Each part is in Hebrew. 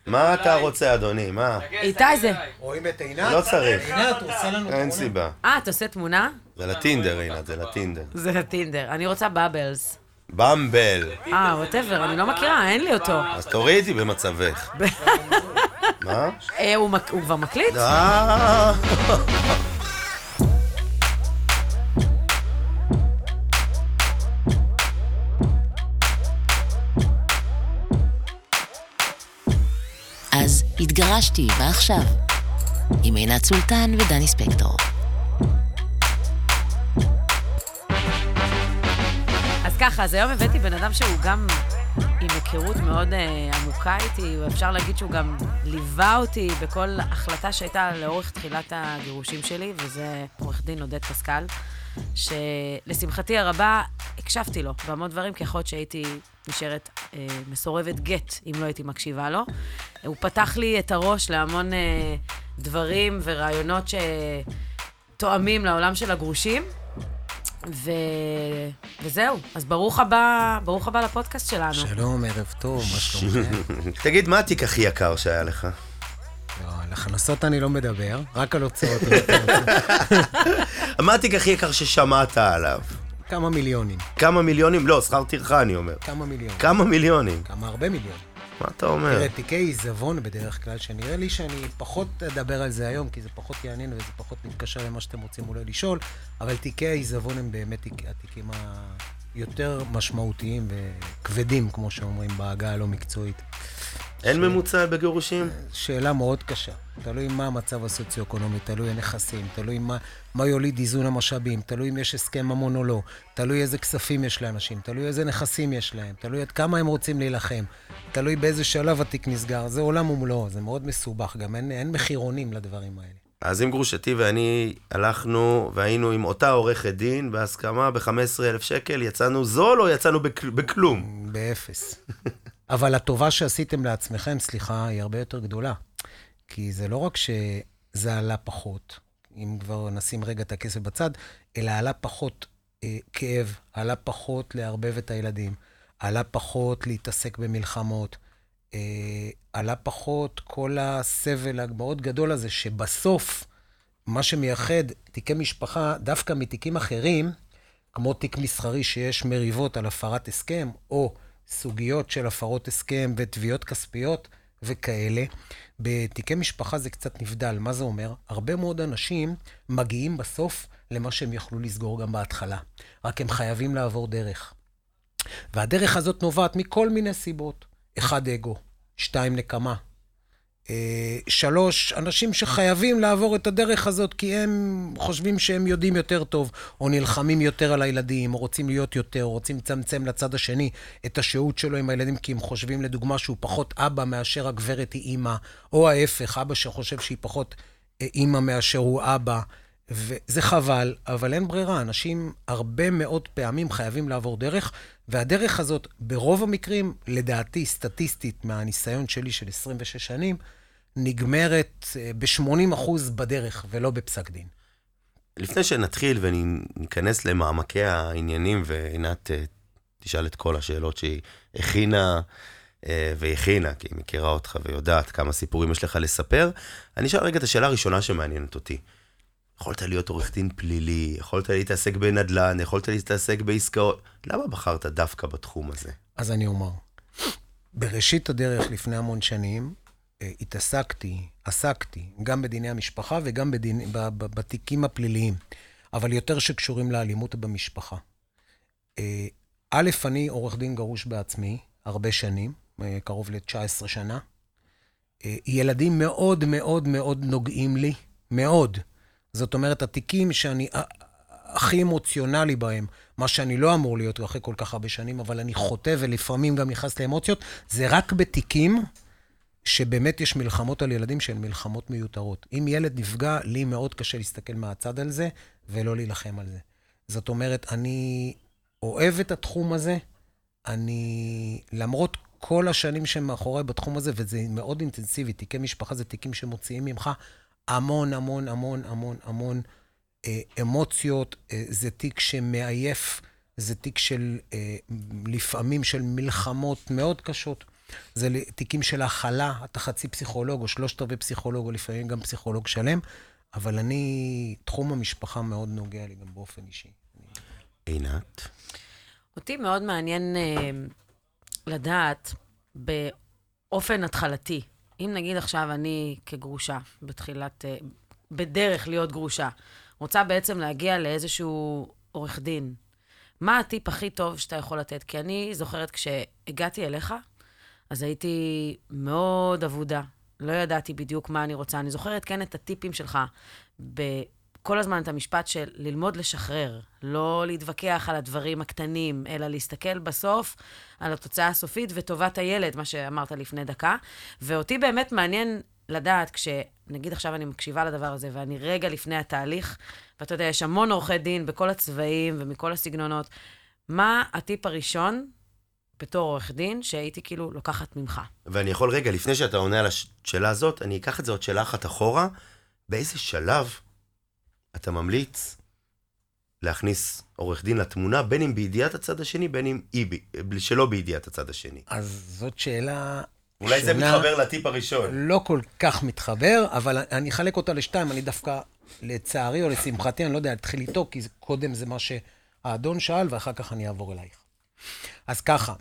מה אתה רוצה, אדוני? מה? איתי זה. רואים את עינת? לא צריך. עינת, הוא עושה לנו תמונה. אין סיבה. אתה עושה תמונה? זה לטינדר, עינת, זה לטינדר. זה לטינדר. אני רוצה בבלס. במבל. ווטאבר, אני לא מכירה, אין לי אותו. אז תורידי במצבך. מה? הוא כבר מקליט? אז התגרשתי, ועכשיו, עם עינת סולטן ודני ספקטור. אז ככה, אז היום הבאתי בן אדם שהוא גם עם היכרות מאוד עמוקה איתי, ואפשר להגיד שהוא גם ליווה אותי בכל החלטה שהייתה לאורך תחילת הגירושים שלי, וזה עורך דין עודד פסקל, שלשמחתי הרבה הקשבתי לו בהמון דברים, כי יכול להיות שהייתי נשארת מסורבת גט, אם לא הייתי מקשיבה לו. הוא פתח לי את הראש להמון דברים ורעיונות שתואמים לעולם של הגרושים, וזהו. אז ברוך הבא לפודקאסט שלנו. שלום, ערב טוב, מה שלומכם? תגיד, מה התיק הכי יקר שהיה לך? לא, על הכנסות אני לא מדבר, רק על הוצאות. מה התיק הכי יקר ששמעת עליו? כמה מיליונים. כמה מיליונים? לא, שכר טרחה אני אומר. כמה מיליונים. כמה מיליונים? כמה הרבה מיליונים. מה אתה אומר? תראה, תיקי עיזבון בדרך כלל, שנראה לי שאני פחות אדבר על זה היום, כי זה פחות יעניין וזה פחות מתקשר למה שאתם רוצים אולי לשאול, אבל תיקי העיזבון הם באמת התיקים היותר משמעותיים וכבדים, כמו שאומרים, בהגה הלא מקצועית. אין ממוצע בגירושים? שאלה מאוד קשה. תלוי מה המצב הסוציו-אקונומי, תלוי הנכסים, תלוי מה יוליד איזון המשאבים, תלוי אם יש הסכם ממון או לא, תלוי איזה כספים יש לאנשים, תלוי איזה נכסים יש להם, תלוי עד כמה הם רוצים להילחם, תלוי באיזה שלב התיק נסגר. זה עולם ומלואו, זה מאוד מסובך, גם אין מחירונים לדברים האלה. אז אם גרושתי ואני הלכנו והיינו עם אותה עורכת דין בהסכמה ב-15,000 שקל, יצאנו זול או יצאנו בכלום? באפס. אבל הטובה שעשיתם לעצמכם, סליחה, היא הרבה יותר גדולה. כי זה לא רק שזה עלה פחות, אם כבר נשים רגע את הכסף בצד, אלא עלה פחות כאב, עלה פחות להרבב את הילדים, עלה פחות להתעסק במלחמות, עלה פחות כל הסבל המאוד גדול הזה, שבסוף מה שמייחד תיקי משפחה, דווקא מתיקים אחרים, כמו תיק מסחרי שיש מריבות על הפרת הסכם, או סוגיות של הפרות הסכם ותביעות כספיות וכאלה. בתיקי משפחה זה קצת נבדל. מה זה אומר? הרבה מאוד אנשים מגיעים בסוף למה שהם יכלו לסגור גם בהתחלה. רק הם חייבים לעבור דרך. והדרך הזאת נובעת מכל מיני סיבות. 1, אגו. 2, נקמה. 3, אנשים שחייבים לעבור את הדרך הזאת כי הם חושבים שהם יודעים יותר טוב, או נלחמים יותר על הילדים, או רוצים להיות יותר, או רוצים לצמצם לצד השני את השהות שלו עם הילדים, כי הם חושבים לדוגמה שהוא פחות אבא מאשר הגברת היא אימא, או ההפך, אבא שחושב שהיא פחות אימא מאשר הוא אבא, וזה חבל, אבל אין ברירה. אנשים הרבה מאוד פעמים חייבים לעבור דרך, והדרך הזאת ברוב המקרים, לדעתי סטטיסטית מהניסיון שלי של 26 שנים, נגמרת ב-80% בדרך ולא בפסק דין. לפני שנתחיל וניכנס למעמקי העניינים, ועינת תשאל את כל השאלות שהיא הכינה והכינה, כי היא מכירה אותך ויודעת כמה סיפורים יש לך לספר, אני אשאל רגע את השאלה הראשונה שמעניינת אותי. יכולת להיות עורך דין פלילי, יכולת להתעסק בנדל"ן, יכולת להתעסק בעסקאות. למה בחרת דווקא בתחום הזה? אז אני אומר, בראשית הדרך לפני המון שנים, עסקתי גם בדיני המשפחה וגם בתיקים הפליליים, אבל יותר שקשורים לאלימות במשפחה. אני עורך דין גרוש בעצמי, הרבה שנים, קרוב ל-19 שנה. ילדים מאוד מאוד מאוד נוגעים לי, מאוד. זאת אומרת, התיקים שאני הכי אמוציונלי בהם, מה שאני לא אמור להיות אחרי כל כך הרבה שנים, אבל אני חוטא ולפעמים גם נכנס לאמוציות, זה רק בתיקים שבאמת יש מלחמות על ילדים שהן מלחמות מיותרות. אם ילד נפגע, לי מאוד קשה להסתכל מהצד על זה, ולא להילחם על זה. זאת אומרת, אני אוהב את התחום הזה, למרות כל השנים שמאחורי בתחום הזה, וזה מאוד אינטנסיבי, תיקי משפחה זה תיקים שמוציאים ממך המון, המון, המון, המון, המון אמוציות, זה תיק שמעייף, זה תיק של לפעמים של מלחמות מאוד קשות. זה תיקים של הכלה, אתה חצי פסיכולוג, או 3/4 פסיכולוג, או לפעמים גם פסיכולוג שלם, אבל תחום המשפחה מאוד נוגע לי גם באופן אישי. עינת? אותי מאוד מעניין לדעת באופן התחלתי. אם נגיד עכשיו אני כגרושה, בדרך להיות גרושה, רוצה בעצם להגיע לאיזשהו עורך דין, מה הטיפ הכי טוב שאתה יכול לתת? כי אני זוכרת כשהגעתי אליך, אז הייתי מאוד עבודה. לא ידעתי בדיוק מה אני רוצה. אני זוכרת כן את הטיפים שלך, כל הזמן את המשפט של ללמוד לשחרר, לא להתווכח על הדברים הקטנים, אלא להסתכל בסוף על התוצאה הסופית וטובת הילד, מה שאמרת לפני דקה. ואותי באמת מעניין לדעת, כשנגיד עכשיו אני מקשיבה לדבר הזה, ואני רגע לפני התהליך, ואתה יודע, יש המון עורכי דין בכל הצבעים ומכל הסגנונות, מה הטיפ הראשון בתור עורך דין שהייתי כאילו לוקחת ממך? ואני יכול רגע, לפני שאתה עונה על השאלה הזאת, אני אקח את זה עוד שאלה אחת אחורה, באיזה שלב אתה ממליץ להכניס עורך דין לתמונה, בין אם בידיעת הצד השני, בין אם שלא בידיעת הצד השני? אז זאת שאלה... אולי זה מתחבר לטיפ הראשון. לא כל כך מתחבר, אבל אני אחלק אותה לשתיים, אני דווקא לצערי או לשמחתי, אני לא יודע, אתחיל איתו, כי קודם זה מה שהאדון שאל, ואחר כך אני אעבור אלייך. אז ככה,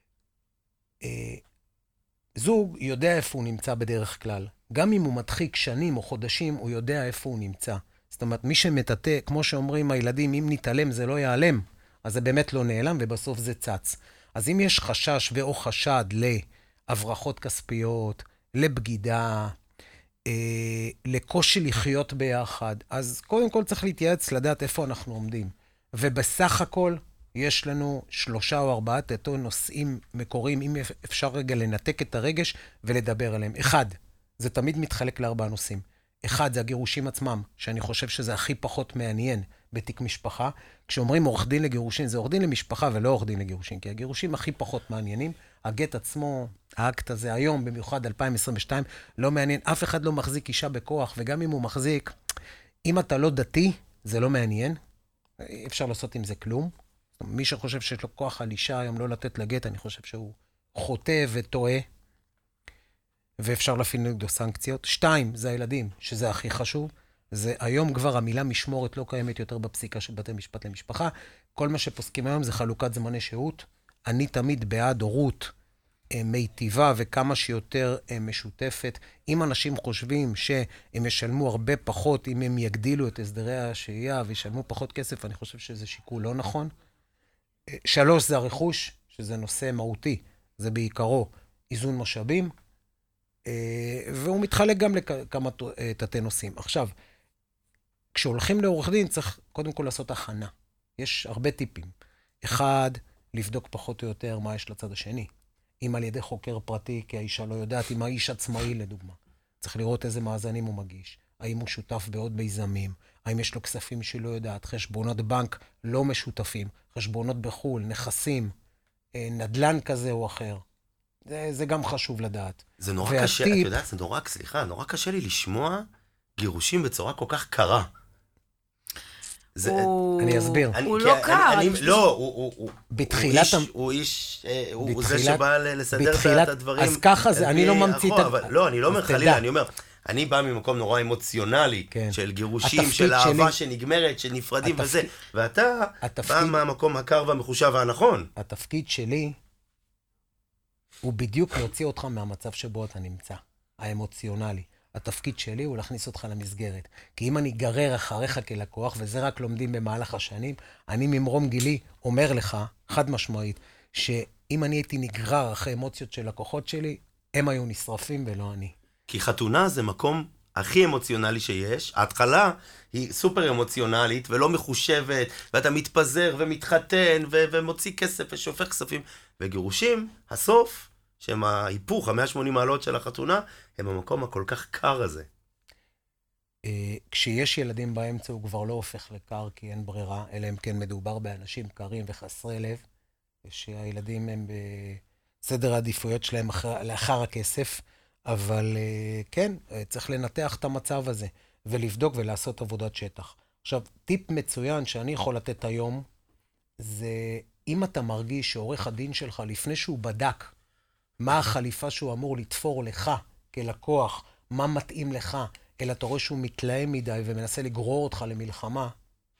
זוג יודע איפה הוא נמצא בדרך כלל. גם אם הוא מדחיק שנים או חודשים, הוא יודע איפה הוא נמצא. זאת אומרת, מי שמטאטא, כמו שאומרים הילדים, אם נתעלם זה לא ייעלם, אז זה באמת לא נעלם, ובסוף זה צץ. אז אם יש חשש ואו חשד להברחות כספיות, לבגידה, לקושי לחיות ביחד, אז קודם כל צריך להתייעץ לדעת איפה אנחנו עומדים. ובסך הכל יש לנו 3 או 4 נושאים מקוריים, אם אפשר רגע לנתק את הרגש ולדבר עליהם. 1, זה תמיד מתחלק ל4 נושאים. 1, זה הגירושים עצמם, שאני חושב שזה הכי פחות מעניין בתיק משפחה. כשאומרים עורך דין לגירושין, זה עורך דין למשפחה ולא עורך דין לגירושין, כי הגירושים הכי פחות מעניינים. הגט עצמו, האקט הזה היום, במיוחד 2022, לא מעניין. אף אחד לא מחזיק אישה בכוח, וגם אם הוא מחזיק, אם אתה לא דתי, זה לא מעניין. אפשר לעשות עם זה כלום. מי שחושב שיש לו כוח על אישה היום לא לתת לגט, אני חושב שהוא חוטא וטועה. ואפשר להפעיל נגדו סנקציות. 2, זה הילדים, שזה הכי חשוב. זה היום כבר המילה משמורת לא קיימת יותר בפסיקה של בתי משפט למשפחה. כל מה שפוסקים היום זה חלוקת זמני שהות. אני תמיד בעד הורות מיטיבה וכמה שיותר משותפת. אם אנשים חושבים שהם ישלמו הרבה פחות, אם הם יגדילו את הסדרי השהייה וישלמו פחות כסף, אני חושב שזה שיקול לא נכון. 3, זה הרכוש, שזה נושא מהותי. זה בעיקרו איזון משאבים. והוא מתחלק גם לכמה תתי נושאים. עכשיו, כשהולכים לעורך דין, צריך קודם כל לעשות הכנה. יש הרבה טיפים. 1, לבדוק פחות או יותר מה יש לצד השני. אם על ידי חוקר פרטי, כי האישה לא יודעת, אם האיש עצמאי לדוגמה. צריך לראות איזה מאזנים הוא מגיש. האם הוא שותף בעוד מיזמים? האם יש לו כספים שלא יודעת? חשבונות בנק לא משותפים. חשבונות בחול, נכסים, נדלן כזה או אחר. זה גם חשוב לדעת. זה נורא קשה, את יודעת, זה נורא קשה לי לשמוע גירושים בצורה כל כך קרה. אני אסביר. הוא לא קר. לא, הוא זה שבא לסדר את הדברים. אז ככה זה, אני לא ממציא את... לא, אני לא אומר חלילה, אני אומר, אני בא ממקום נורא אמוציונלי, של גירושים, של אהבה שנגמרת, של נפרדים וזה, ואתה בא מהמקום הקר והמחושב והנכון. התפקיד שלי הוא בדיוק להוציא אותך מהמצב שבו אתה נמצא, האמוציונלי. התפקיד שלי הוא להכניס אותך למסגרת. כי אם אני גרר אחריך כלקוח, וזה רק לומדים במהלך השנים, אני ממרום גילי אומר לך, חד משמעית, שאם אני הייתי נגרר אחרי אמוציות של לקוחות שלי, הם היו נשרפים ולא אני. כי חתונה זה מקום הכי אמוציונלי שיש. ההתחלה היא סופר אמוציונלית ולא מחושבת, ואתה מתפזר ומתחתן ומוציא כסף ושופך כספים. וגירושים, הסוף, שהם ההיפוך, 180 מעלות של החתונה, הם המקום הכל כך קר הזה. כשיש ילדים באמצע הוא כבר לא הופך לקר, כי אין ברירה, אלא אם כן מדובר באנשים קרים וחסרי לב, שהילדים הם בסדר העדיפויות שלהם לאחר הכסף, אבל כן, צריך לנתח את המצב הזה, ולבדוק ולעשות עבודת שטח. עכשיו, טיפ מצוין שאני יכול לתת היום, זה אם אתה מרגיש שעורך הדין שלך, לפני שהוא בדק מה החליפה שהוא אמור לתפור לך כלקוח, מה מתאים לך, אלא אתה רואה שהוא מתלהם מדי ומנסה לגרור אותך למלחמה,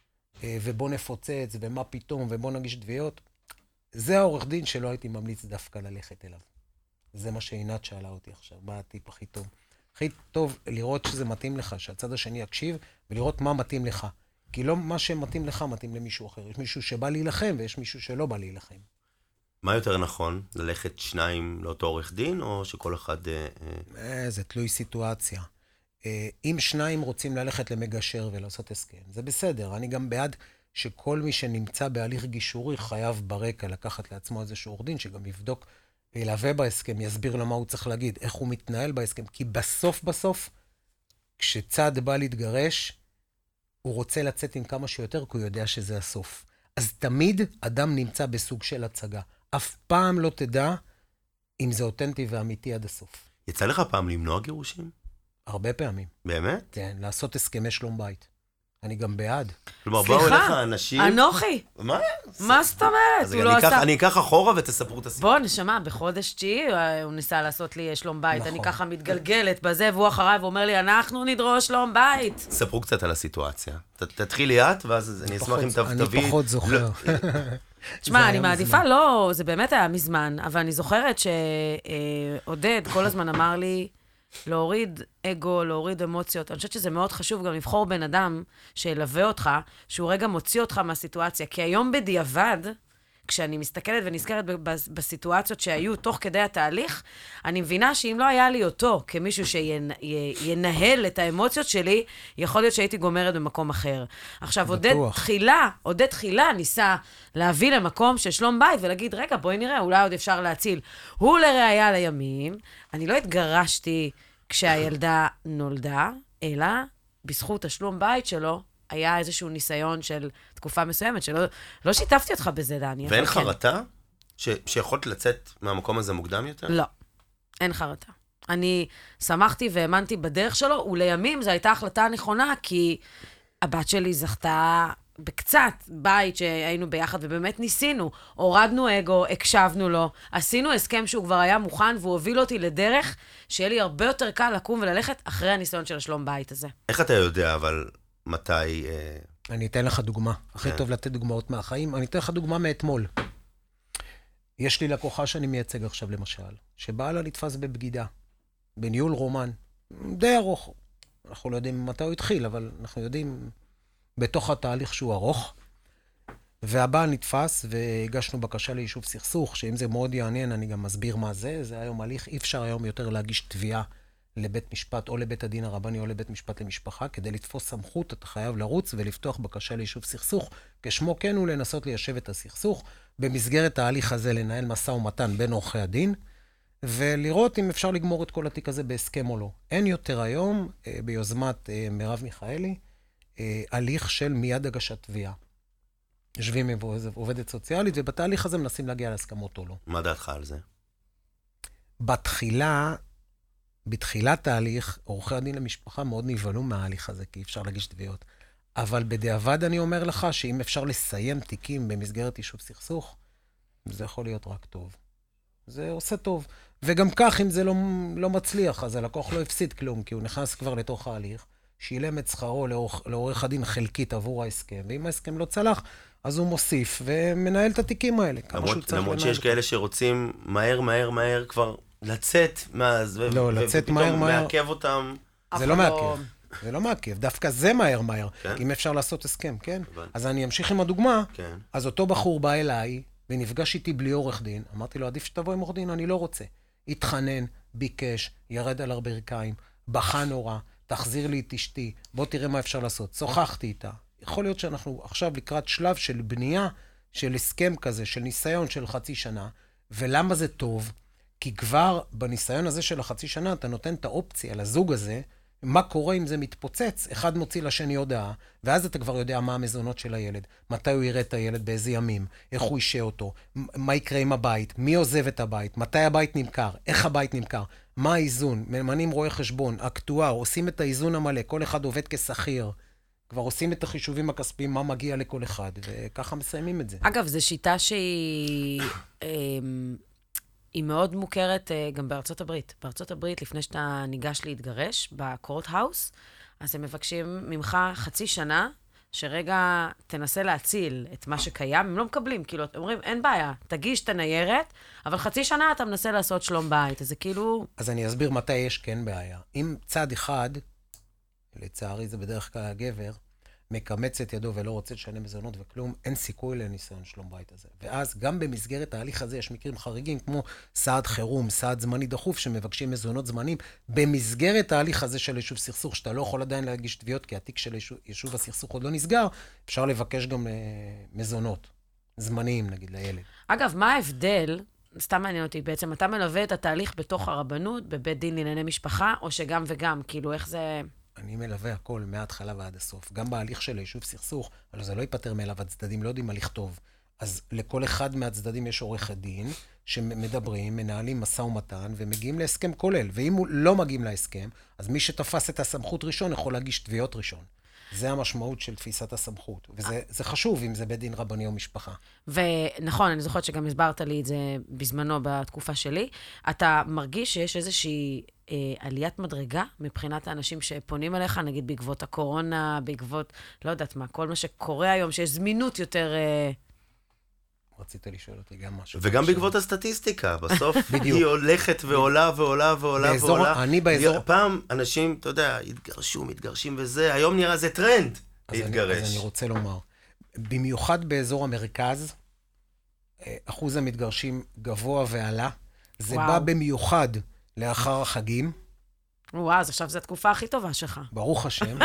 ובוא נפוצץ, ומה פתאום, ובוא נגיש תביעות. זה העורך דין שלא הייתי ממליץ דווקא ללכת אליו. זה מה שעינת שאלה אותי עכשיו, מה הטיפ הכי טוב. הכי טוב לראות שזה מתאים לך, שהצד השני יקשיב, ולראות מה מתאים לך. כי לא מה שמתאים לך מתאים למישהו אחר. יש מישהו שבא להילחם, ויש מישהו שלא בא להילחם. מה יותר נכון? ללכת שניים לאותו עורך דין, או שכל אחד... זה תלוי סיטואציה. אם שניים רוצים ללכת למגשר ולעשות הסכם, זה בסדר. אני גם בעד שכל מי שנמצא בהליך גישורי חייב ברקע לקחת לעצמו איזשהו עורך דין, שגם יבדוק, ילווה בהסכם, יסביר לו מה הוא צריך להגיד, איך הוא מתנהל בהסכם. כי בסוף, כשצד בא להתגרש, הוא רוצה לצאת עם כמה שיותר, כי הוא יודע שזה הסוף. אז תמיד אדם נמצא בסוג של הצגה. אף פעם לא תדע אם זה אותנטי ואמיתי עד הסוף. יצא לך פעם למנוע גירושים? הרבה פעמים. באמת? כן, לעשות הסכמי שלום בית. אני גם בעד. כלומר, באו אליך אנשים... אנוכי. מה? מה זאת אומרת? הוא לא עשה... אני אקח אחורה ותספרו את הסיפור. בוא, נשמע, בחודש 9 הוא ניסה לעשות לי שלום בית. אני ככה מתגלגלת בזה, והוא אחריי ואומר לי, אנחנו נדרוש שלום בית. ספרו קצת על הסיטואציה. תתחילי את, ואז אני אשמח אם תביא... אני פחות זוכר. תשמע, אני מעדיפה, לא, זה באמת היה מזמן, אבל אני זוכרת שעודד כל הזמן אמר לי, להוריד אגו, להוריד אמוציות. אני חושבת שזה מאוד חשוב גם לבחור בן אדם שילווה אותך, שהוא רגע מוציא אותך מהסיטואציה. כי היום בדיעבד, כשאני מסתכלת ונזכרת בסיטואציות שהיו תוך כדי התהליך, אני מבינה שאם לא היה לי אותו כמישהו שינהל את האמוציות שלי, יכול להיות שהייתי גומרת במקום אחר. עכשיו, עודד תחילה ניסה להביא למקום של שלום בית ולהגיד, רגע, בואי נראה, אולי עוד אפשר להציל. הוא לראיה לימים, אני לא התגרשתי כשהילדה נולדה, אלא בזכות השלום בית שלו, היה איזשהו ניסיון של תקופה מסוימת, שלא שיתפתי אותך בזה, דני. ואין חרטה? שיכולת לצאת מהמקום הזה מוקדם יותר? לא, אין חרטה. אני שמחתי והאמנתי בדרך שלו, ולימים זו הייתה החלטה נכונה, כי הבת שלי זכתה בקצת בית שהיינו ביחד, ובאמת ניסינו. הורדנו אגו, הקשבנו לו, עשינו הסכם שהוא כבר היה מוכן, והוא הוביל אותי לדרך שיהיה לי הרבה יותר קל לקום וללכת אחרי הניסיון של השלום בית הזה. איך אתה יודע, אבל... מתי... אני אתן לך דוגמה. הכי טוב לתת דוגמאות מהחיים. אני אתן לך דוגמה מאתמול. יש לי לקוחה שאני מייצג עכשיו למשל, שבאה לה לתפס בבגידה, בניהול רומן, די ארוך. אנחנו לא יודעים מתי הוא התחיל, אבל אנחנו יודעים בתוך התהליך שהוא ארוך. והבעל נתפס והגשנו בקשה ליישוב סכסוך, שאם זה מאוד יעניין, אני גם מסביר מה זה. זה היום הליך, אי אפשר היום יותר להגיש תביעה לבית משפט, או לבית הדין הרבני, או לבית משפט למשפחה. כדי לתפוס סמכות, אתה חייב לרוץ ולפתוח בקשה ליישוב סכסוך. כשמו כן הוא לנסות ליישב את הסכסוך. במסגרת ההליך הזה לנהל משא ומתן בין עורכי הדין, ולראות אם אפשר לגמור את כל התיק הזה בהסכם או לא. אין יותר היום, ביוזמת מרב מיכאלי, הליך של מיד הגשת תביעה. יושבים עם עובדת סוציאלית, ובתהליך הזה מנסים להגיע להסכמות או לא. מה דעתך על זה? בתחילת ההליך, עורכי הדין למשפחה מאוד נבהלו מההליך הזה, כי אפשר להגיש תביעות. אבל בדיעבד אני אומר לך, שאם אפשר לסיים תיקים במסגרת יישוב סכסוך, זה יכול להיות רק טוב. זה עושה טוב. וגם כך, אם זה לא מצליח, אז הלקוח לא הפסיד כלום, כי הוא נכנס כבר לתוך ההליך, שילם את שכרו לעורך הדין חלקית עבור ההסכם, ואם ההסכם לא צלח, אז הוא מוסיף ומנהל את התיקים האלה. למרות שיש כאלה שרוצים מהר כבר לצאת לא, לצאת מהר, מעכב אותם. זה לא מעכב. זה לא מעכב, דווקא זה מהר. אם אפשר לעשות הסכם, כן? אז אני אמשיך עם הדוגמה. אז אותו בחור בא אליי, ונפגש איתי בלי עורך דין. אמרתי לו, עדיף שתבוא עם עורך דין, אני לא רוצה. התחנן, ביקש, ירד על הברכיים, בכה נורא, תחזיר לי את אשתי, בוא תראה מה אפשר לעשות. שוחחתי איתה. יכול להיות שאנחנו עכשיו לקראת שלב של בנייה, של הסכם כזה, של ניסיון של חצי שנה. ולמה זה טוב? כי כבר בניסיון הזה של החצי שנה, אתה נותן את האופציה לזוג הזה, מה קורה אם זה מתפוצץ, אחד מוציא לשני הודעה, ואז אתה כבר יודע מה המזונות של הילד, מתי הוא יראה את הילד, באיזה ימים, איך הוא ישעה אותו, מה יקרה עם הבית, מי עוזב את הבית, מתי הבית נמכר, איך הבית נמכר, מה האיזון, ממנים רואה חשבון, אקטואר, עושים את האיזון המלא, כל אחד עובד כשכיר, כבר עושים את החישובים הכספיים, מה מגיע לכל אחד, וככה מסיימים את זה. אגב, זו שיטה שהיא היא מאוד מוכרת גם בארצות הברית. בארצות הברית, לפני שאתה ניגש להתגרש, בקורט האוס, אז הם מבקשים ממך חצי שנה, שרגע תנסה להציל את מה שקיים, הם לא מקבלים, כאילו, אומרים, אין בעיה, תגיש את הניירת, אבל חצי שנה אתה מנסה לעשות שלום בית, אז זה כאילו... אז אני אסביר מתי יש כן בעיה. אם צד אחד, לצערי זה בדרך כלל הגבר, מקמץ את ידו ולא רוצה לשלם מזונות וכלום, אין סיכוי לניסיון שלום בית הזה. ואז גם במסגרת ההליך הזה יש מקרים חריגים, כמו סעד חירום, סעד זמני דחוף, שמבקשים מזונות זמנים. במסגרת ההליך הזה של יישוב סכסוך, שאתה לא יכול עדיין להגיש תביעות, כי התיק של יישוב הסכסוך עוד לא נסגר, אפשר לבקש גם מזונות זמניים, נגיד, לילד. אגב, מה ההבדל, סתם מעניין אותי, בעצם אתה מלווה את התהליך בתוך הרבנות, בבית דין לענייני משפחה, או שגם וגם, כאילו, איך זה... אני מלווה הכל מההתחלה ועד הסוף. גם בהליך של יישוב סכסוך, אבל זה לא ייפטר מאליו, הצדדים לא יודעים מה לכתוב. אז לכל אחד מהצדדים יש עורך הדין, שמדברים, מנהלים משא ומתן, ומגיעים להסכם כולל. ואם לא מגיעים להסכם, אז מי שתפס את הסמכות ראשון יכול להגיש תביעות ראשון. זה המשמעות של תפיסת הסמכות. וזה חשוב אם זה בית דין רבני או משפחה. ונכון, אני זוכרת שגם הסברת לי את זה בזמנו בתקופה שלי. אתה מרגיש שיש איזושהי עליית מדרגה מבחינת האנשים שפונים אליך, נגיד בעקבות הקורונה, בעקבות, לא יודעת מה, כל מה שקורה היום, שיש זמינות יותר... רצית לשאול אותי גם משהו. וגם בעקבות הסטטיסטיקה, בסוף היא הולכת ועולה ועולה ועולה ועולה. אני באזור... פעם אנשים, אתה יודע, התגרשו, מתגרשים וזה, היום נראה זה טרנד להתגרש. אז אני רוצה לומר, במיוחד באזור המרכז, אחוז המתגרשים גבוה ועלה. זה בא במיוחד לאחר החגים. וואו, אז עכשיו זו התקופה הכי טובה שלך. ברוך השם.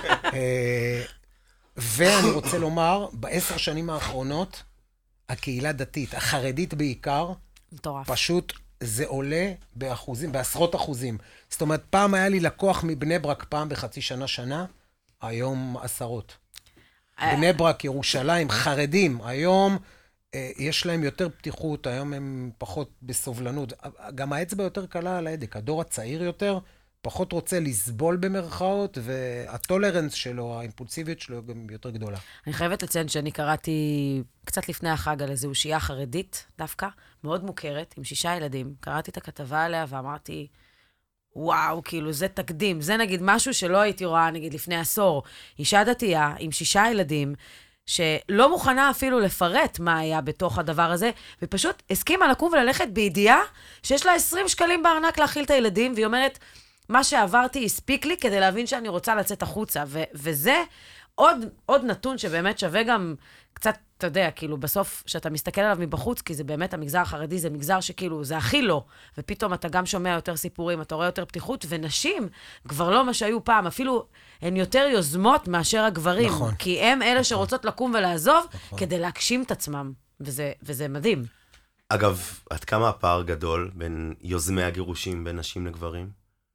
ואני רוצה לומר, ב10 שנים האחרונות, הקהילה דתית, החרדית בעיקר, מטורף. פשוט זה עולה באחוזים, בעשרות אחוזים. זאת אומרת, פעם היה לי לקוח מבני ברק, פעם בחצי שנה, היום עשרות. בני ברק, ירושלים, חרדים, היום יש להם יותר פתיחות, היום הם פחות בסובלנות. גם האצבע יותר קלה על ההדק. הדור הצעיר יותר פחות רוצה לסבול במרכאות, והטולרנס שלו, האימפולסיביות שלו, גם יותר גדולה. אני חייבת לציין שאני קראתי קצת לפני החג על איזו אושייה חרדית, דווקא, מאוד מוכרת, עם 6 ילדים. קראתי את הכתבה עליה ואמרתי, וואו, כאילו זה תקדים. זה נגיד משהו שלא הייתי רואה, נגיד לפני עשור. אישה דתייה עם 6 ילדים, שלא מוכנה אפילו לפרט מה היה בתוך הדבר הזה, ופשוט הסכימה לקום וללכת בידיעה שיש לה 20 שקלים בארנק להאכיל את הילדים, והיא אומרת, מה שעברתי הספיק לי כדי להבין שאני רוצה לצאת החוצה, וזה עוד נתון שבאמת שווה גם קצת, אתה יודע, כאילו בסוף שאתה מסתכל עליו מבחוץ, כי זה באמת המגזר החרדי, זה מגזר שכאילו זה הכי לא, ופתאום אתה גם שומע יותר סיפורים, אתה רואה יותר פתיחות, ונשים כבר לא מה שהיו פעם, אפילו הן יותר יוזמות מאשר הגברים, נכון. כי הם אלה נכון. שרוצות לקום ולעזוב, נכון. כדי להגשים את עצמם, וזה מדהים. אגב, עד כמה הפער גדול בין יוזמי הגירושים בין נשים לגברים?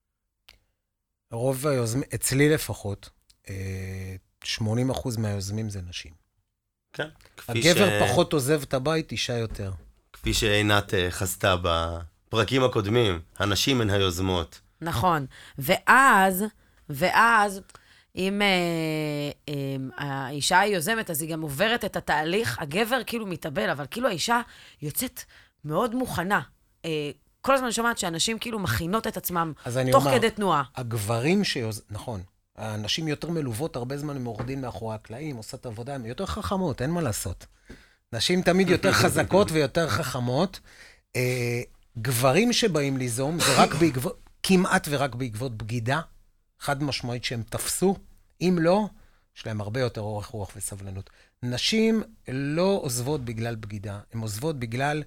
רוב היוזמים, אצלי לפחות, 80% מהיוזמים זה נשים. כן. הגבר פחות עוזב את הבית, אישה יותר. כפי שעינת חסתה בפרקים הקודמים, הנשים הן היוזמות. נכון. ואז, אם האישה היא יוזמת, אז היא גם עוברת את התהליך, הגבר כאילו מתאבל, אבל כאילו האישה יוצאת מאוד מוכנה. כל הזמן שומעת שאנשים כאילו מכינות את עצמם תוך כדי תנועה. הגברים נכון. הנשים יותר מלוות, הרבה זמן הם עורדים מאחורי הקלעים, עושות עבודה, הן יותר חכמות, אין מה לעשות. נשים תמיד יותר חזקות ויותר חכמות. גברים שבאים ליזום, זה רק כמעט ורק בעקבות בגידה, חד משמעית שהם תפסו, אם לא, יש להם הרבה יותר אורך רוח וסבלנות. נשים לא עוזבות בגלל בגידה, הן עוזבות בגלל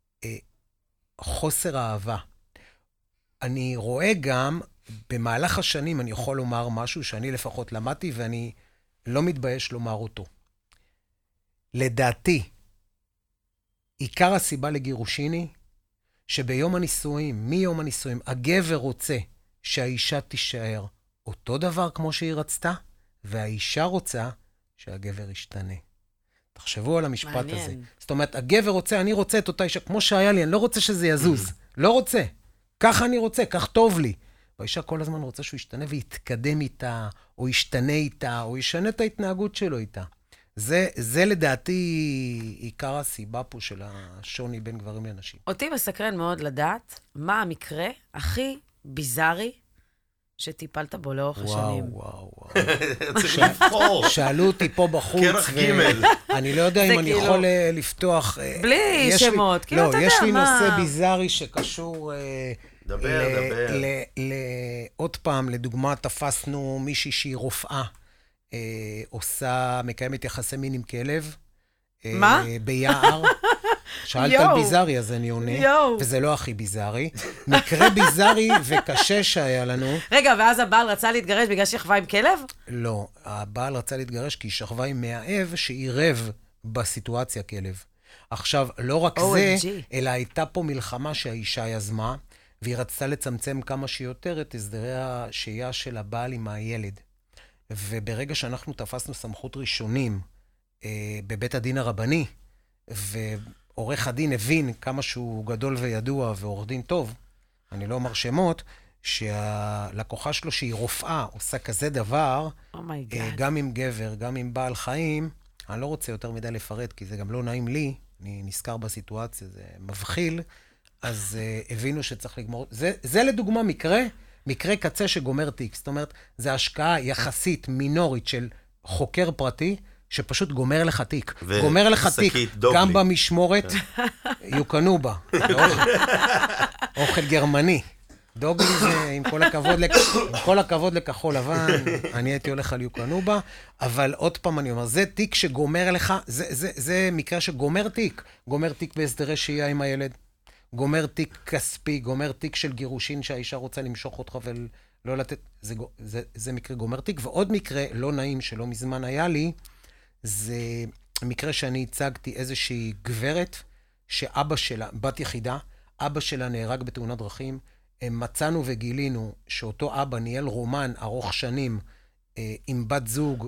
חוסר אהבה. אני רואה גם, במהלך השנים אני יכול לומר משהו שאני לפחות למדתי, ואני לא מתבייש לומר אותו. לדעתי, עיקר הסיבה לגירושיני, שביום הנישואים, מיום הנישואים, הגבר רוצה שהאישה תישאר אותו דבר כמו שהיא רצתה, והאישה רוצה שהגבר ישתנה. תחשבו על המשפט מעניין. הזה. זאת אומרת, הגבר רוצה, אני רוצה את אותה אישה, כמו שהיה לי, אני לא רוצה שזה יזוז. לא רוצה. ככה אני רוצה, כך טוב לי. והאישה כל הזמן רוצה שהוא ישתנה ויתקדם איתה, או ישתנה איתה, או ישנה את ההתנהגות שלו איתה. זה לדעתי עיקר הסיבה פה של השוני בין גברים לנשים. אותי מסקרן מאוד לדעת מה המקרה הכי ביזארי שטיפלת בו לאורך השנים. וואו. צריך לבחור. שאלו אותי פה בחוץ. קרח גימל. אני לא יודע אם אני יכול לפתוח... בלי שמות, כאילו אתה יודע מה... לא, יש לי נושא ביזארי שקשור... דבר. עוד פעם, לדוגמה, תפסנו מישהי שהיא רופאה, מקיימת יחסי מין עם כלב. מה? ביער. שאלת על ביזארי, אז אני עונה, וזה לא הכי ביזארי. מקרה ביזארי וקשה שהיה לנו. רגע, ואז הבעל רצה להתגרש בגלל שכבה עם כלב? לא, הבעל רצה להתגרש כי היא שכבה עם מאהב שעירב בסיטואציה כלב. עכשיו, לא רק זה, אלא הייתה פה מלחמה שהאישה יזמה, והיא רצתה לצמצם כמה שיותר את הסדרי השהייה של הבעל עם הילד. וברגע שאנחנו תפסנו סמכות ראשונים בבית הדין הרבני, ועורך הדין הבין כמה שהוא גדול וידוע ועורך דין טוב, אני לא אומר שמות, שהלקוחה שלו שהיא רופאה עושה כזה דבר, גם עם גבר, גם עם בעל חיים, אני לא רוצה יותר מדי לפרט, כי זה גם לא נעים לי, אני נזכר בסיטואציה, זה מבחיל, אז הבינו שצריך לגמור. זה לדוגמה מקרה קצה שגומר תיק. זאת אומרת, זה השקעה יחסית מינורית של חוקר פרטי, שפשוט גומר לך תיק. גומר לך תיק, גם במשמורת, יוקנו בה. אוכל גרמני. דוגלי זה, עם כל הכבוד לכחול לבן, אני הייתי הולך על יוקנובה, אבל עוד פעם אני אומר, זה תיק שגומר לך, זה מקרה שגומר תיק. גומר תיק בהסדרי שהייה עם הילד. גומר תיק כספי, גומר תיק של גירושין שהאישה רוצה למשוך אותך ולא לתת, זה מקרה גומר תיק. ועוד מקרה לא נעים שלא מזמן היה לי, זה מקרה שאני הצגתי איזושהי גברת, שאבא שלה, בת יחידה, אבא שלה נהרג בתאונת דרכים, מצאנו וגילינו שאותו אבא ניהל רומן ארוך שנים עם בת זוג,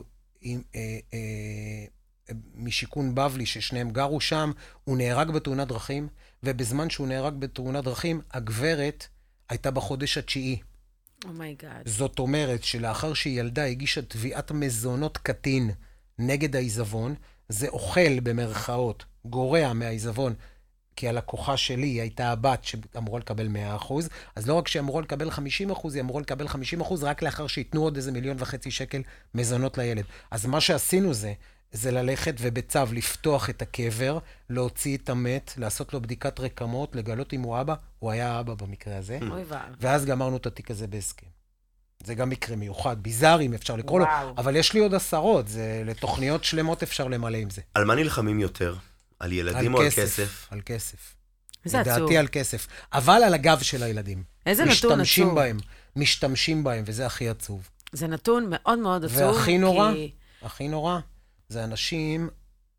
משיקון בבלי, ששניהם גרו שם, הוא נהרג בתאונת דרכים, ובזמן שהוא נהרג בתאונת דרכים, הגברת הייתה בחודש התשיעי. אומייגאד. זאת אומרת שלאחר שהיא ילדה, הגישה תביעת מזונות קטין נגד העיזבון, זה אוכל במרכאות, גורע מהעיזבון, כי הלקוחה שלי הייתה הבת שאמורה לקבל 100%, אז לא רק שאמורה לקבל 50%, היא אמורה לקבל 50% רק לאחר שיתנו עוד איזה 1.5 מיליון שקל מזונות לילד. אז מה שעשינו זה ללכת ובצו לפתוח את הקבר, להוציא את המת, לעשות לו בדיקת רקמות, לגלות אם הוא אבא, הוא היה אבא במקרה הזה. ואז גמרנו את התיק הזה בהסכם. זה גם מקרה מיוחד, ביזארי אם אפשר לקרוא לו, אבל יש לי עוד עשרות, זה לתוכניות שלמות אפשר למלא עם זה. על מה נלחמים יותר? על ילדים או על כסף? על כסף. איזה עצוב. לדעתי על כסף. אבל על הגב של הילדים. איזה נתון עצוב. משתמשים בהם, וזה הכי עצוב. זה נתון מאוד מאוד עצוב. והכי נורא, זה אנשים,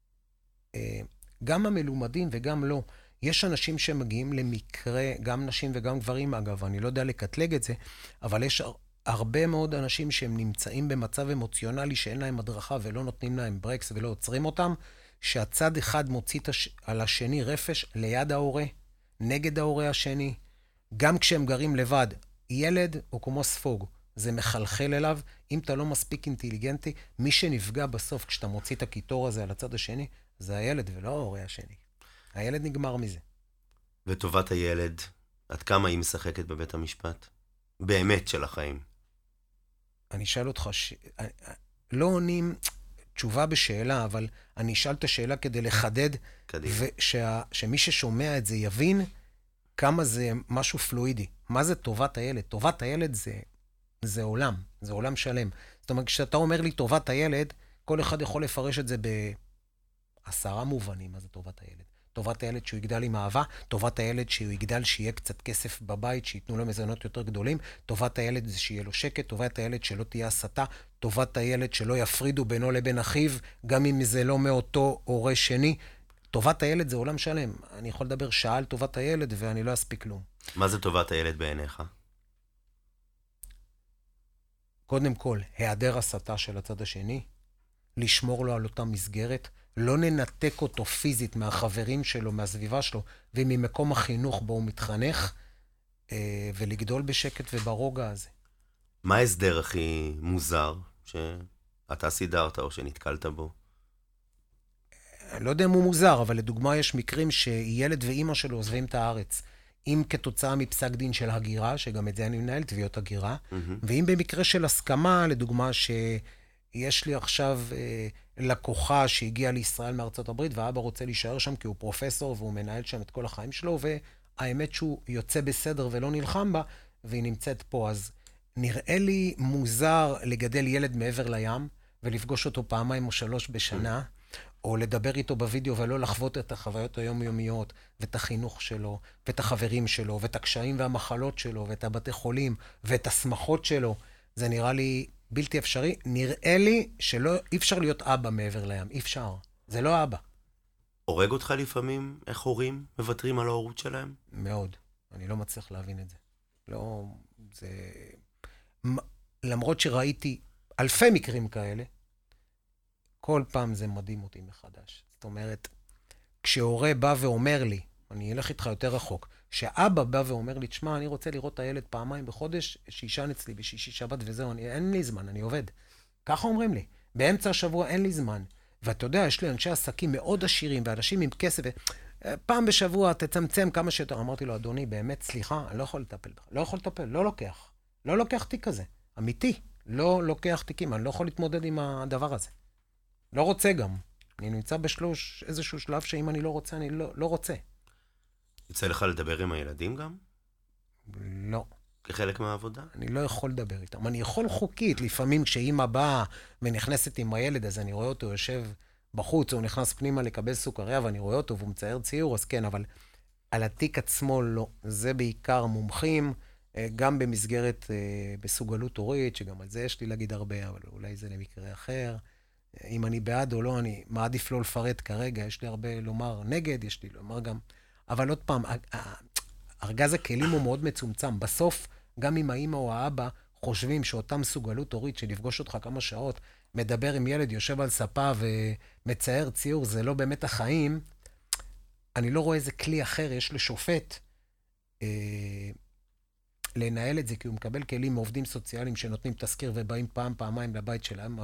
גם המלומדים וגם לא. יש אנשים שמגיעים למקרה, גם נשים וגם גברים, אגב, אני לא יודע לקטלג את זה, אבל יש הרבה מאוד אנשים שהם נמצאים במצב אמוציונלי שאין להם הדרכה ולא נותנים להם ברקס ולא עוצרים אותם, שהצד אחד מוציא על השני רפש ליד ההורה, נגד ההורה השני, גם כשהם גרים לבד. ילד הוא כמו ספוג, זה מחלחל אליו. אם אתה לא מספיק אינטליגנטי, מי שנפגע בסוף כשאתה מוציא את הקיטור הזה על הצד השני, זה הילד ולא ההורה השני. הילד נגמר מזה. וטובת הילד, עד כמה היא משחקת בבית המשפט? באמת של החיים. אני אשאל אותך, לא עונים תשובה בשאלה, אבל אני אשאל את השאלה כדי לחדד, ושמי ששומע את זה יבין כמה זה משהו פלואידי. מה זה טובת הילד? טובת הילד זה עולם, זה עולם שלם. זאת אומרת, כשאתה אומר לי טובת הילד, כל אחד יכול לפרש את זה ב10 מובנים, מה זה טובת הילד. טובת הילד שהוא יגדל עם אהבה, טובת הילד שהוא יגדל שיהיה קצת כסף בבית, שיתנו לו מזונות יותר גדולים, טובת הילד זה שיהיה לו שקט, טובת הילד שלא תהיה הסתה, טובת הילד שלא יפרידו בינו לבין אחיו, גם אם זה לא מאותו הורה שני. טובת הילד זה עולם שלם. אני יכול לדבר שעה על טובת הילד ואני לא אספיק כלום. מה זה טובת הילד בעיניך? קודם כל, היעדר הסתה של הצד השני, לשמור לו על אותה מסגרת, לא ננתק אותו פיזית מהחברים שלו, מהסביבה שלו, וממקום החינוך בו הוא מתחנך, ולגדול בשקט וברוגע הזה. מה ההסדר הכי מוזר שאתה סידרת או שנתקלת בו? לא יודע אם הוא מוזר, אבל לדוגמה יש מקרים שילד ואימא שלו עוזבים את הארץ. אם כתוצאה מפסק דין של הגירה, שגם את זה אני מנהל, תביעות הגירה, ואם במקרה של הסכמה, לדוגמה שיש לי עכשיו לקוחה שהגיעה לישראל מארצות הברית, והאבא רוצה להישאר שם כי הוא פרופסור, והוא מנהל שם את כל החיים שלו, והאמת שהוא יוצא בסדר ולא נלחם בה, והיא נמצאת פה. אז נראה לי מוזר לגדל ילד מעבר לים, ולפגוש אותו פעמיים או 3 בשנה, או לדבר איתו בווידאו ולא לחוות את החוויות היומיומיות, ואת החינוך שלו, ואת החברים שלו, ואת הקשיים והמחלות שלו, ואת הבתי חולים, ואת השמחות שלו. זה נראה לי בלתי אפשרי. נראה לי אי אפשר להיות אבא מעבר לים. אי אפשר. זה לא אבא. הורג אותך לפעמים איך הורים מוותרים על ההורות שלהם? מאוד. אני לא מצליח להבין את זה. לא, זה... למרות שראיתי אלפי מקרים כאלה, כל פעם זה מדהים אותי מחדש. זאת אומרת, כשהורה בא ואומר לי, אני אלך איתך יותר רחוק, שאבא בא ואומר לי, תשמע, אני רוצה לראות את הילד פעמיים בחודש, שישן אצלי בשישי שבת וזהו, אין לי זמן, אני עובד. ככה אומרים לי. באמצע השבוע אין לי זמן. ואתה יודע, יש לי אנשי עסקים מאוד עשירים, ואנשים עם כסף, פעם בשבוע תצמצם כמה שיותר. אמרתי לו, אדוני, באמת, סליחה, אני לא יכול לטפל בך. לא יכול לטפל, לא לוקח. לא לוקח תיק כזה. אמיתי. לא לוקח תיקים, אני לא יכול להתמודד עם הדבר הזה. לא רוצה גם. אני נמצא איזשהו שלב שאם אני לא רוצה, אני לא רוצה. יצא לך לדבר עם הילדים גם? לא. כחלק מהעבודה? אני לא יכול לדבר איתם. אני יכול חוקית, לפעמים כשאמא באה ונכנסת עם הילד, אז אני רואה אותו יושב בחוץ, הוא נכנס פנימה לקבל סוכריה, ואני רואה אותו והוא מצייר ציור, אז כן, אבל על התיק עצמו לא. זה בעיקר מומחים, גם במסגרת בסוגלות הורית, שגם על זה יש לי להגיד הרבה, אבל אולי זה למקרה אחר. אם אני בעד או לא, אני מעדיף לא לפרט כרגע, יש לי הרבה לומר נגד, יש לי לומר גם... אבל עוד פעם, ארגז הכלים הוא מאוד מצומצם. בסוף, גם אם האמא או האבא חושבים שאותם סוגלות הורית שלפגוש אותך כמה שעות, מדבר עם ילד, יושב על ספה ומצייר ציור, זה לא באמת החיים. אני לא רואה איזה כלי אחר, יש לשופט לנהל את זה, כי הוא מקבל כלים מעובדים סוציאליים שנותנים תזכיר ובאים פעמיים לבית של האמא,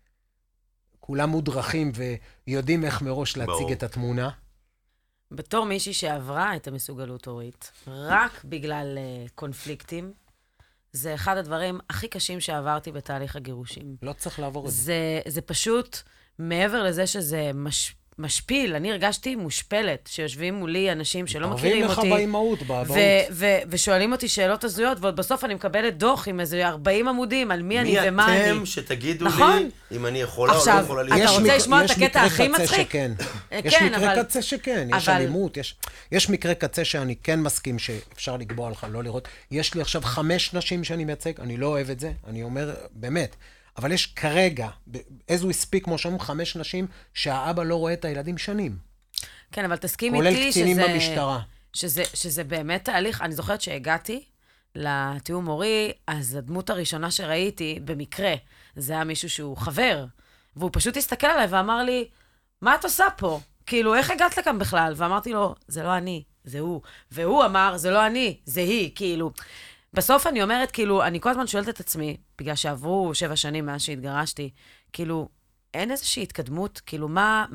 וכולם מודרכים ויודעים איך מראש להציג את התמונה. בתור מישהי שעברה את המסוגלות הורית, רק בגלל קונפליקטים, זה אחד הדברים הכי קשים שעברתי בתהליך הגירושים. לא צריך לעבור את זה. זה פשוט, מעבר לזה שזה משפיל, אני הרגשתי מושפלת, שיושבים מולי אנשים שלא מכירים אותי. מתערבים לך באימהות, באבהות. ושואלים אותי שאלות הזויות, ועוד בסוף אני מקבלת דוח עם איזה 40 עמודים על מי אני ומה אני. מי אתם שתגידו לי אם אני יכולה או לא יכולה להיות. עכשיו, אתה רוצה לשמוע את הקטע הכי מצחיק? יש מקרה קצה שכן, יש אלימות, יש מקרה קצה שאני כן מסכים שאפשר לקבוע לך, לא לראות. יש לי עכשיו 5 נשים שאני מייצג, אני לא אוהב את זה, אני אומר, באמת. אבל יש כרגע, איזו הספיק, כמו שאומרים, 5 נשים, שהאבא לא רואה את הילדים שנים. כן, אבל תסכים איתי כולל קצינים במשטרה. שזה באמת תהליך, אני זוכרת שהגעתי לתיאום הורי, אז הדמות הראשונה שראיתי, במקרה, זה היה מישהו שהוא חבר, והוא פשוט הסתכל עליי ואמר לי, מה את עושה פה? כאילו, איך הגעת לכאן בכלל? ואמרתי לו, זה לא אני, זה הוא. והוא אמר, זה לא אני, זה היא, כאילו... בסוף אני אומרת, כאילו, אני כל הזמן שואלת את עצמי, בגלל שעברו 7 שנים מאז שהתגרשתי, כאילו, אין איזושהי התקדמות, כאילו,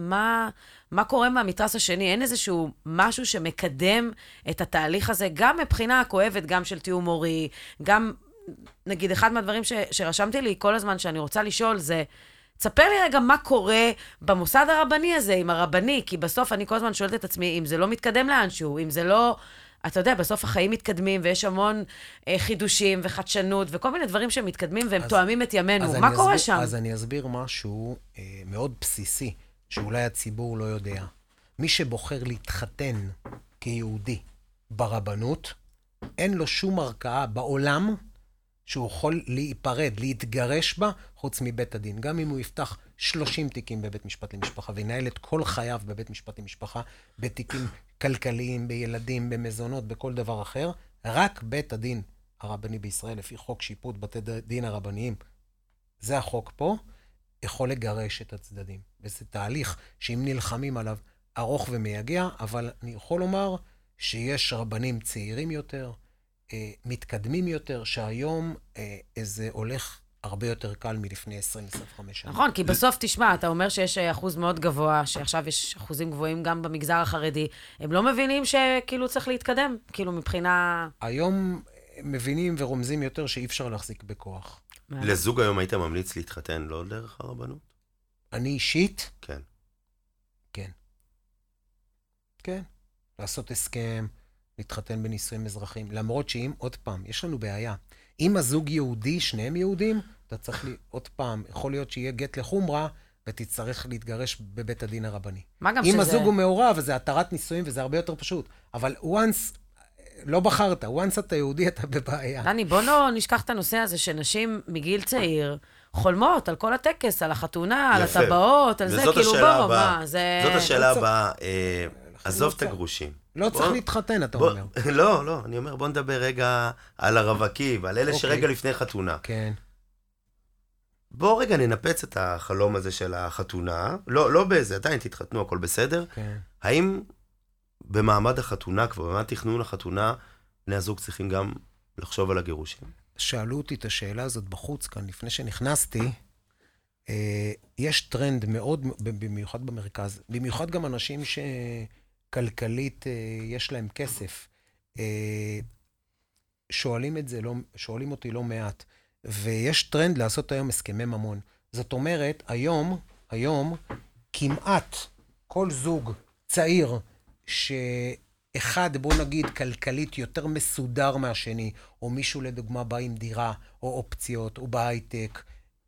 מה קורה מהמתרס השני? אין איזשהו משהו שמקדם את התהליך הזה, גם מבחינה הכואבת, גם של תיאום הורי, גם, נגיד, אחד מהדברים שרשמתי לי כל הזמן שאני רוצה לשאול זה, תספר לי רגע מה קורה במוסד הרבני הזה, עם הרבני, כי בסוף אני כל הזמן שואלת את עצמי, אם זה לא מתקדם לאנשהו, אם זה לא... אתה יודע, בסוף החיים מתקדמים, ויש המון חידושים וחדשנות, וכל מיני דברים שמתקדמים, והם תואמים את ימינו. מה קורה שם? אז אני אסביר משהו מאוד בסיסי, שאולי הציבור לא יודע. מי שבוחר להתחתן כיהודי ברבנות, אין לו שום ערכאה בעולם שהוא יכול להיפרד, להתגרש בה, חוץ מבית הדין. גם אם הוא יפתח 30 תיקים בבית משפט למשפחה, וינהל את כל חייו בבית משפט למשפחה, בתיקים כלכליים, בילדים, במזונות, בכל דבר אחר, רק בית הדין הרבני בישראל, לפי חוק שיפוט בתי דין הרבניים, זה החוק פה, יכול לגרש את הצדדים. וזה תהליך שאם נלחמים עליו ארוך ומייגע, אבל אני יכול לומר שיש רבנים צעירים יותר, מתקדמים יותר, שהיום זה הולך הרבה יותר קל מלפני 20-25 שנה. נכון, כי בסוף תשמע, אתה אומר שיש אחוז מאוד גבוה, שעכשיו יש אחוזים גבוהים גם במגזר החרדי, הם לא מבינים שכאילו צריך להתקדם, כאילו מבחינה... היום מבינים ורומזים יותר שאי אפשר להחזיק בכוח. לזוג היום היית ממליץ להתחתן לא דרך הרבנות? אני אישית? כן. כן. כן. לעשות הסכם, להתחתן בנישואים אזרחיים. למרות שאם, עוד פעם, יש לנו בעיה. אם הזוג יהודי, שניהם יהודים, אתה צריך עוד פעם, יכול להיות שיהיה גט לחומרה, ותצטרך להתגרש בבית הדין הרבני. מה גם אם שזה... הזוג הוא מעורב, אז זה התרת נישואים, וזה הרבה יותר פשוט. אבל once, לא בחרת, once אתה יהודי, אתה בבעיה. דני, בוא לא נשכח את הנושא הזה, שנשים מגיל צעיר חולמות על כל הטקס, על החתונה, על הטבעות, על זה, כאילו בוא, מה, זה... זאת השאלה הבאה, עזוב את הגרושים. לא צריך להתחתן, אתה אומר. לא, אני אומר, בוא נדבר רגע על הרווקים, על אלה שרגע לפני חתונה. כן. בוא רגע ננפץ את החלום הזה של החתונה, לא באיזה, עדיין תתחתנו, הכל בסדר. כן. האם במעמד החתונה, כבר במעמד תכנון החתונה, בני הזוג צריכים גם לחשוב על הגירושים? שאלו אותי את השאלה הזאת בחוץ כאן, לפני שנכנסתי, יש טרנד מאוד, במיוחד במרכז, במיוחד גם אנשים שכלכלית יש להם כסף, שואלים אותי לא מעט, ויש טרנד לעשות היום הסכמי ממון. זאת אומרת, היום כמעט כל זוג צעיר שאחד, בוא נגיד, כלכלית יותר מסודר מהשני, או מישהו לדוגמה בא עם דירה, או אופציות, או בהייטק,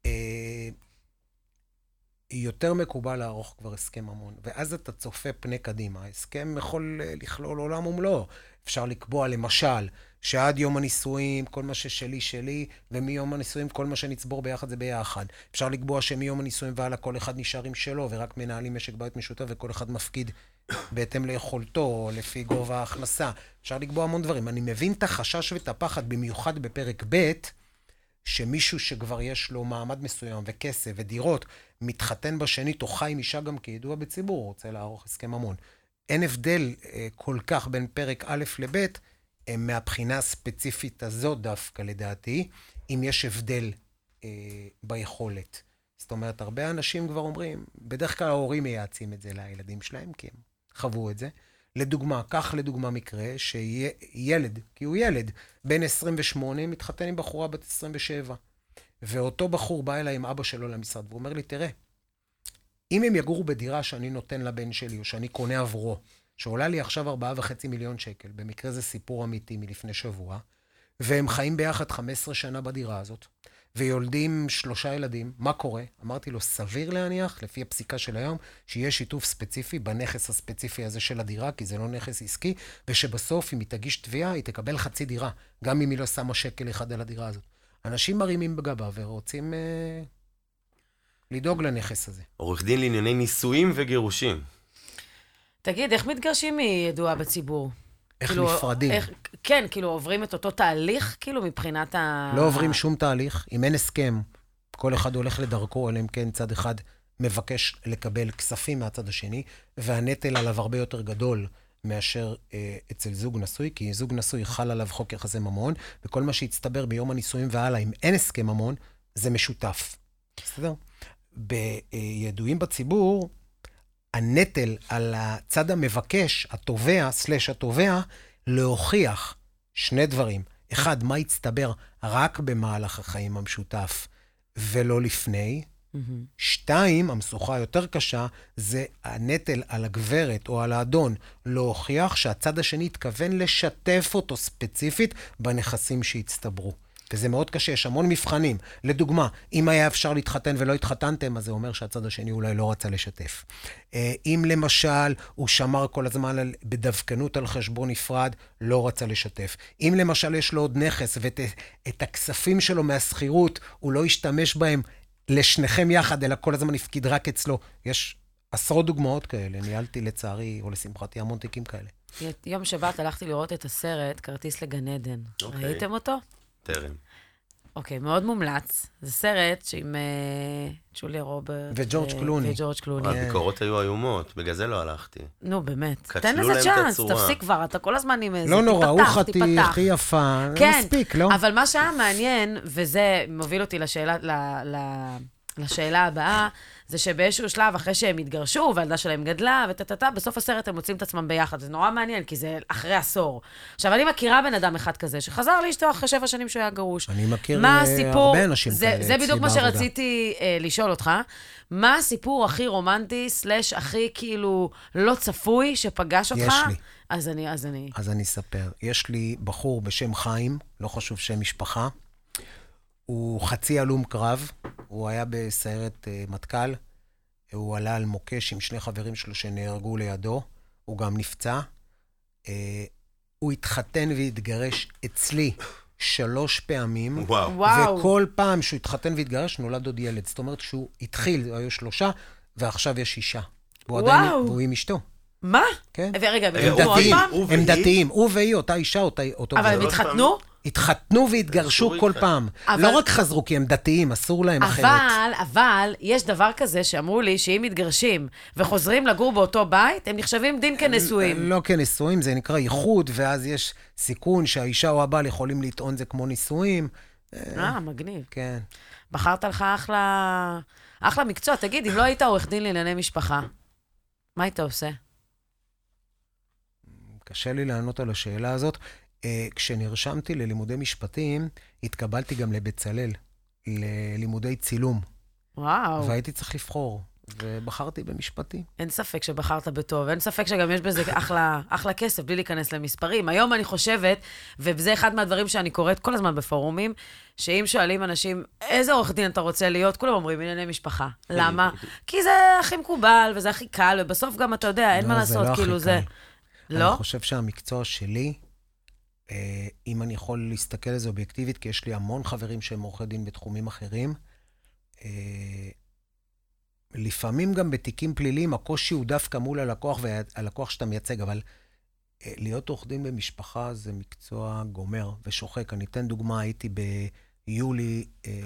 יותר מקובל לערוך כבר הסכם ממון. ואז אתה צופה פני קדימה. ההסכם יכול לכלול עולם ומלואו. אפשר לקבוע למשל, שעד יום הנישואים, כל מה ששלי, שלי, ומיום הנישואים, כל מה שנצבור ביחד זה ביחד. אפשר לקבוע שמיום הנישואים ועלה כל אחד נשאר עם שלו, ורק מנהלים משק בית משותף, וכל אחד מפקיד בהתאם ליכולתו, או לפי גובה ההכנסה. אפשר לקבוע המון דברים. אני מבין את החשש ואת הפחד, במיוחד בפרק ב', שמישהו שכבר יש לו מעמד מסוים, וכסף, ודירות, מתחתן בשנית, או חי עם אישה גם כידוע בציבור, רוצה לערוך הסכם ממון. אין הבדל כל כך בין פרק א' לב', מהבחינה הספציפית הזאת דווקא לדעתי, אם יש הבדל ביכולת. זאת אומרת, הרבה אנשים כבר אומרים, בדרך כלל ההורים מייעצים את זה לילדים שלהם, כי הם חוו את זה. לדוגמה, כך לדוגמה מקרה, שילד, כי הוא ילד, בן 28, מתחתן עם בחורה בת 27. ואותו בחור בא אליי עם אבא שלו למשרד, והוא אומר לי, תראה, אם הם יגורו בדירה שאני נותן לבן שלי, או שאני קונה עבורו, שעולה לי עכשיו 4.5 מיליון שקל, במקרה זה סיפור אמיתי מלפני שבוע, והם חיים ביחד 15 שנה בדירה הזאת, ויולדים 3 ילדים, מה קורה? אמרתי לו, סביר להניח, לפי הפסיקה של היום, שיהיה שיתוף ספציפי בנכס הספציפי הזה של הדירה, כי זה לא נכס עסקי, ושבסוף אם היא תגיש תביעה, היא תקבל חצי דירה, גם אם היא לא שמה שקל אחד על הדירה הזאת. אנשים מרימים בגבה ורוצים לדאוג לנכס הזה. עורך דין לענייני נישואים וגירושים. תגיד, איך מתגרשים מידועה בציבור? איך נפרדים? כן, כאילו עוברים את אותו תהליך, כאילו מבחינת לא עוברים שום תהליך. אם אין הסכם, כל אחד הולך לדרכו, אלא אם כן צד אחד מבקש לקבל כספים מהצד השני, והנטל עליו הרבה יותר גדול מאשר אצל זוג נשוי, כי זוג נשוי חל עליו חוק יחסי ממון, וכל מה שהצטבר ביום הנישואים והלאה, אם אין הסכם ממון, זה משותף. בסדר? בידועים בציבור, הנטל על הצד המבקש, התובע, להוכיח 2 דברים. 1, מה הצטבר רק במהלך החיים המשותף ולא לפני. 2, המשוכה היותר קשה, זה הנטל על הגברת או על האדון להוכיח שהצד השני התכוון לשתף אותו ספציפית בנכסים שהצטברו. וזה מאוד קשה, יש המון מבחנים. לדוגמה, אם היה אפשר להתחתן ולא התחתנתם, אז זה אומר שהצד השני אולי לא רצה לשתף. אם למשל הוא שמר כל הזמן בדווקנות על חשבון נפרד, לא רצה לשתף. אם למשל יש לו עוד נכס ואת הכספים שלו מהסחירות, הוא לא ישתמש בהם לשניכם יחד, אלא כל הזמן הפקיד רק אצלו. יש עשרות דוגמאות כאלה, ניהלתי לצערי או לשמחתי המון תיקים כאלה. יום שבת הלכתי לראות את הסרט, כרטיס לגן עדן. ראיתם אותו? טרם. אוקיי, מאוד מומלץ. זה סרט שעם ג'וליה רוברט. וג'ורג' קלוני. וג'ורג' קלוני. הביקורות היו איומות, בגלל זה לא הלכתי. נו, באמת. קטלו תן להם לזה את צ'אנס, הצורה. תפסיק כבר, אתה כל הזמן עם איזה... לא נורא, הוא תיפתח, חתיך, תיפתח. הכי יפה, זה כן, מספיק, לא? אבל מה שהיה מעניין, וזה מוביל אותי לשאלה הבאה, זה שבאיזשהו שלב, אחרי שהם התגרשו, והילדה שלהם גדלה, בסוף הסרט הם מוצאים את עצמם ביחד. זה נורא מעניין, כי זה אחרי עשור. עכשיו, אני מכירה בן אדם אחד כזה, שחזר לאשתו אחרי 7 שנים שהוא היה גרוש. אני מכיר הסיפור, הרבה אנשים כאלה זה בדיוק מה אצלי בעבודה. שרציתי לשאול אותך. מה הסיפור הכי רומנטי, סלש הכי כאילו לא צפוי, שפגש אותך? יש לי. אז אני אספר. יש לי בחור בשם חיים, לא חשוב שם משפחה. הוא חצי הלום קרב, הוא היה בסיירת מטכ"ל, הוא עלה על מוקש עם 2 חברים שלו שנהרגו לידו, הוא גם נפצע. הוא התחתן והתגרש אצלי 3 פעמים, וואו. וכל פעם שהוא התחתן והתגרש נולד עוד ילד. זאת אומרת שהוא התחיל, היו 3, ועכשיו יש 6. והוא עם אשתו. מה? כן. ורגע, הם דתיים, הוא והיא, אותה אישה, אותו... אבל הם התחתנו? התחתנו והתגרשו כל פעם. לא רק חזרו, כי הם דתיים, אסור להם אחרת. אבל יש דבר כזה שאמרו לי שאם מתגרשים וחוזרים לגור באותו בית, הם נחשבים דין כנשואים. לא כנשואים, זה נקרא ייחוד, ואז יש סיכון שהאישה או הבעל יכולים לטעון זה כמו נישואים. מגניב. כן. בחרת לך אחלה מקצוע. תגיד, אם לא היית עורך דין לענייני משפחה, מה היית עושה? קשה לי לענות על השאלה הזאת. כשנרשמתי ללימודי משפטים, התקבלתי גם לבצלאל, ללימודי צילום. וואו. והייתי צריך לבחור, ובחרתי במשפטים. אין ספק שבחרת בטוב, אין ספק שגם יש בזה אחלה כסף, בלי להיכנס למספרים. היום אני חושבת, וזה אחד מהדברים שאני קוראת כל הזמן בפורומים, שאם שואלים אנשים, איזה עורך דין אתה רוצה להיות, כולם אומרים, ענייני משפחה. למה? כי זה הכי מקובל, וזה הכי קל, ובסוף גם אתה יודע, אין מה לעשות, כאילו זה... לא? אני חושב שהמקצוע שלי, אם אני יכול להסתכל על זה אובייקטיבית, כי יש לי המון חברים שהם עורכי דין בתחומים אחרים, לפעמים גם בתיקים פליליים, הקושי הוא דווקא מול הלקוח והלקוח שאתה מייצג, אבל להיות עורך דין במשפחה זה מקצוע גומר ושוחק. אני אתן דוגמה, הייתי ביולי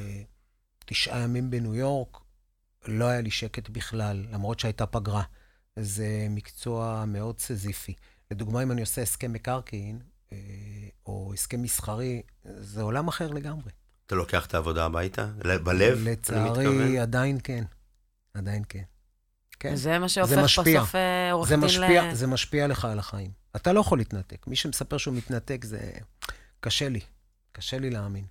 9 ימים בניו יורק, לא היה לי שקט בכלל, למרות שהייתה פגרה. זה מקצוע מאוד סזיפי. לדוגמה, אם אני עושה הסכם מקרקעין, או הסכם מסחרי, זה עולם אחר לגמרי. אתה לוקח את העבודה הביתה? בלב? לצערי, עדיין כן. עדיין כן. כן. זה מה שהופך בסוף עורך דין זה משפיע לך על החיים. אתה לא יכול להתנתק. מי שמספר שהוא מתנתק, זה קשה לי. קשה לי להאמין.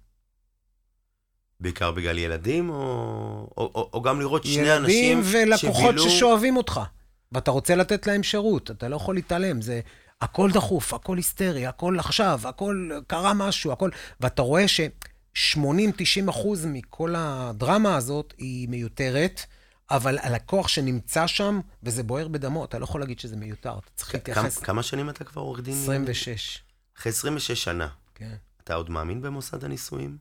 בעיקר בגלל ילדים, או גם לראות שני אנשים ילדים ולקוחות ששואבים אותך. ואתה רוצה לתת להם שירות. אתה לא יכול להתעלם. זה הכל דחוף, הכל היסטרי, הכל עכשיו, הכל קרה משהו, הכל... ואתה רואה ש80-90% מכל הדרמה הזאת היא מיותרת, אבל הלקוח שנמצא שם, וזה בוער בדמו, אתה לא יכול להגיד שזה מיותר, אתה צריך להתייחס. כמה שנים אתה כבר עורך דין? 26. אחרי 26 שנה. כן. אתה עוד מאמין במוסד הנישואים?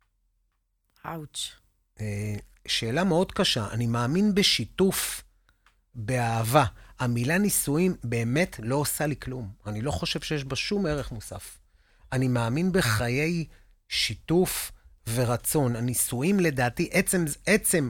אאוץ'. שאלה מאוד קשה. אני מאמין בשיתוף, באהבה. המילה נישואים באמת לא עושה לי כלום. אני לא חושב שיש בה שום ערך מוסף. אני מאמין בחיי שיתוף ורצון. הנישואים לדעתי, עצם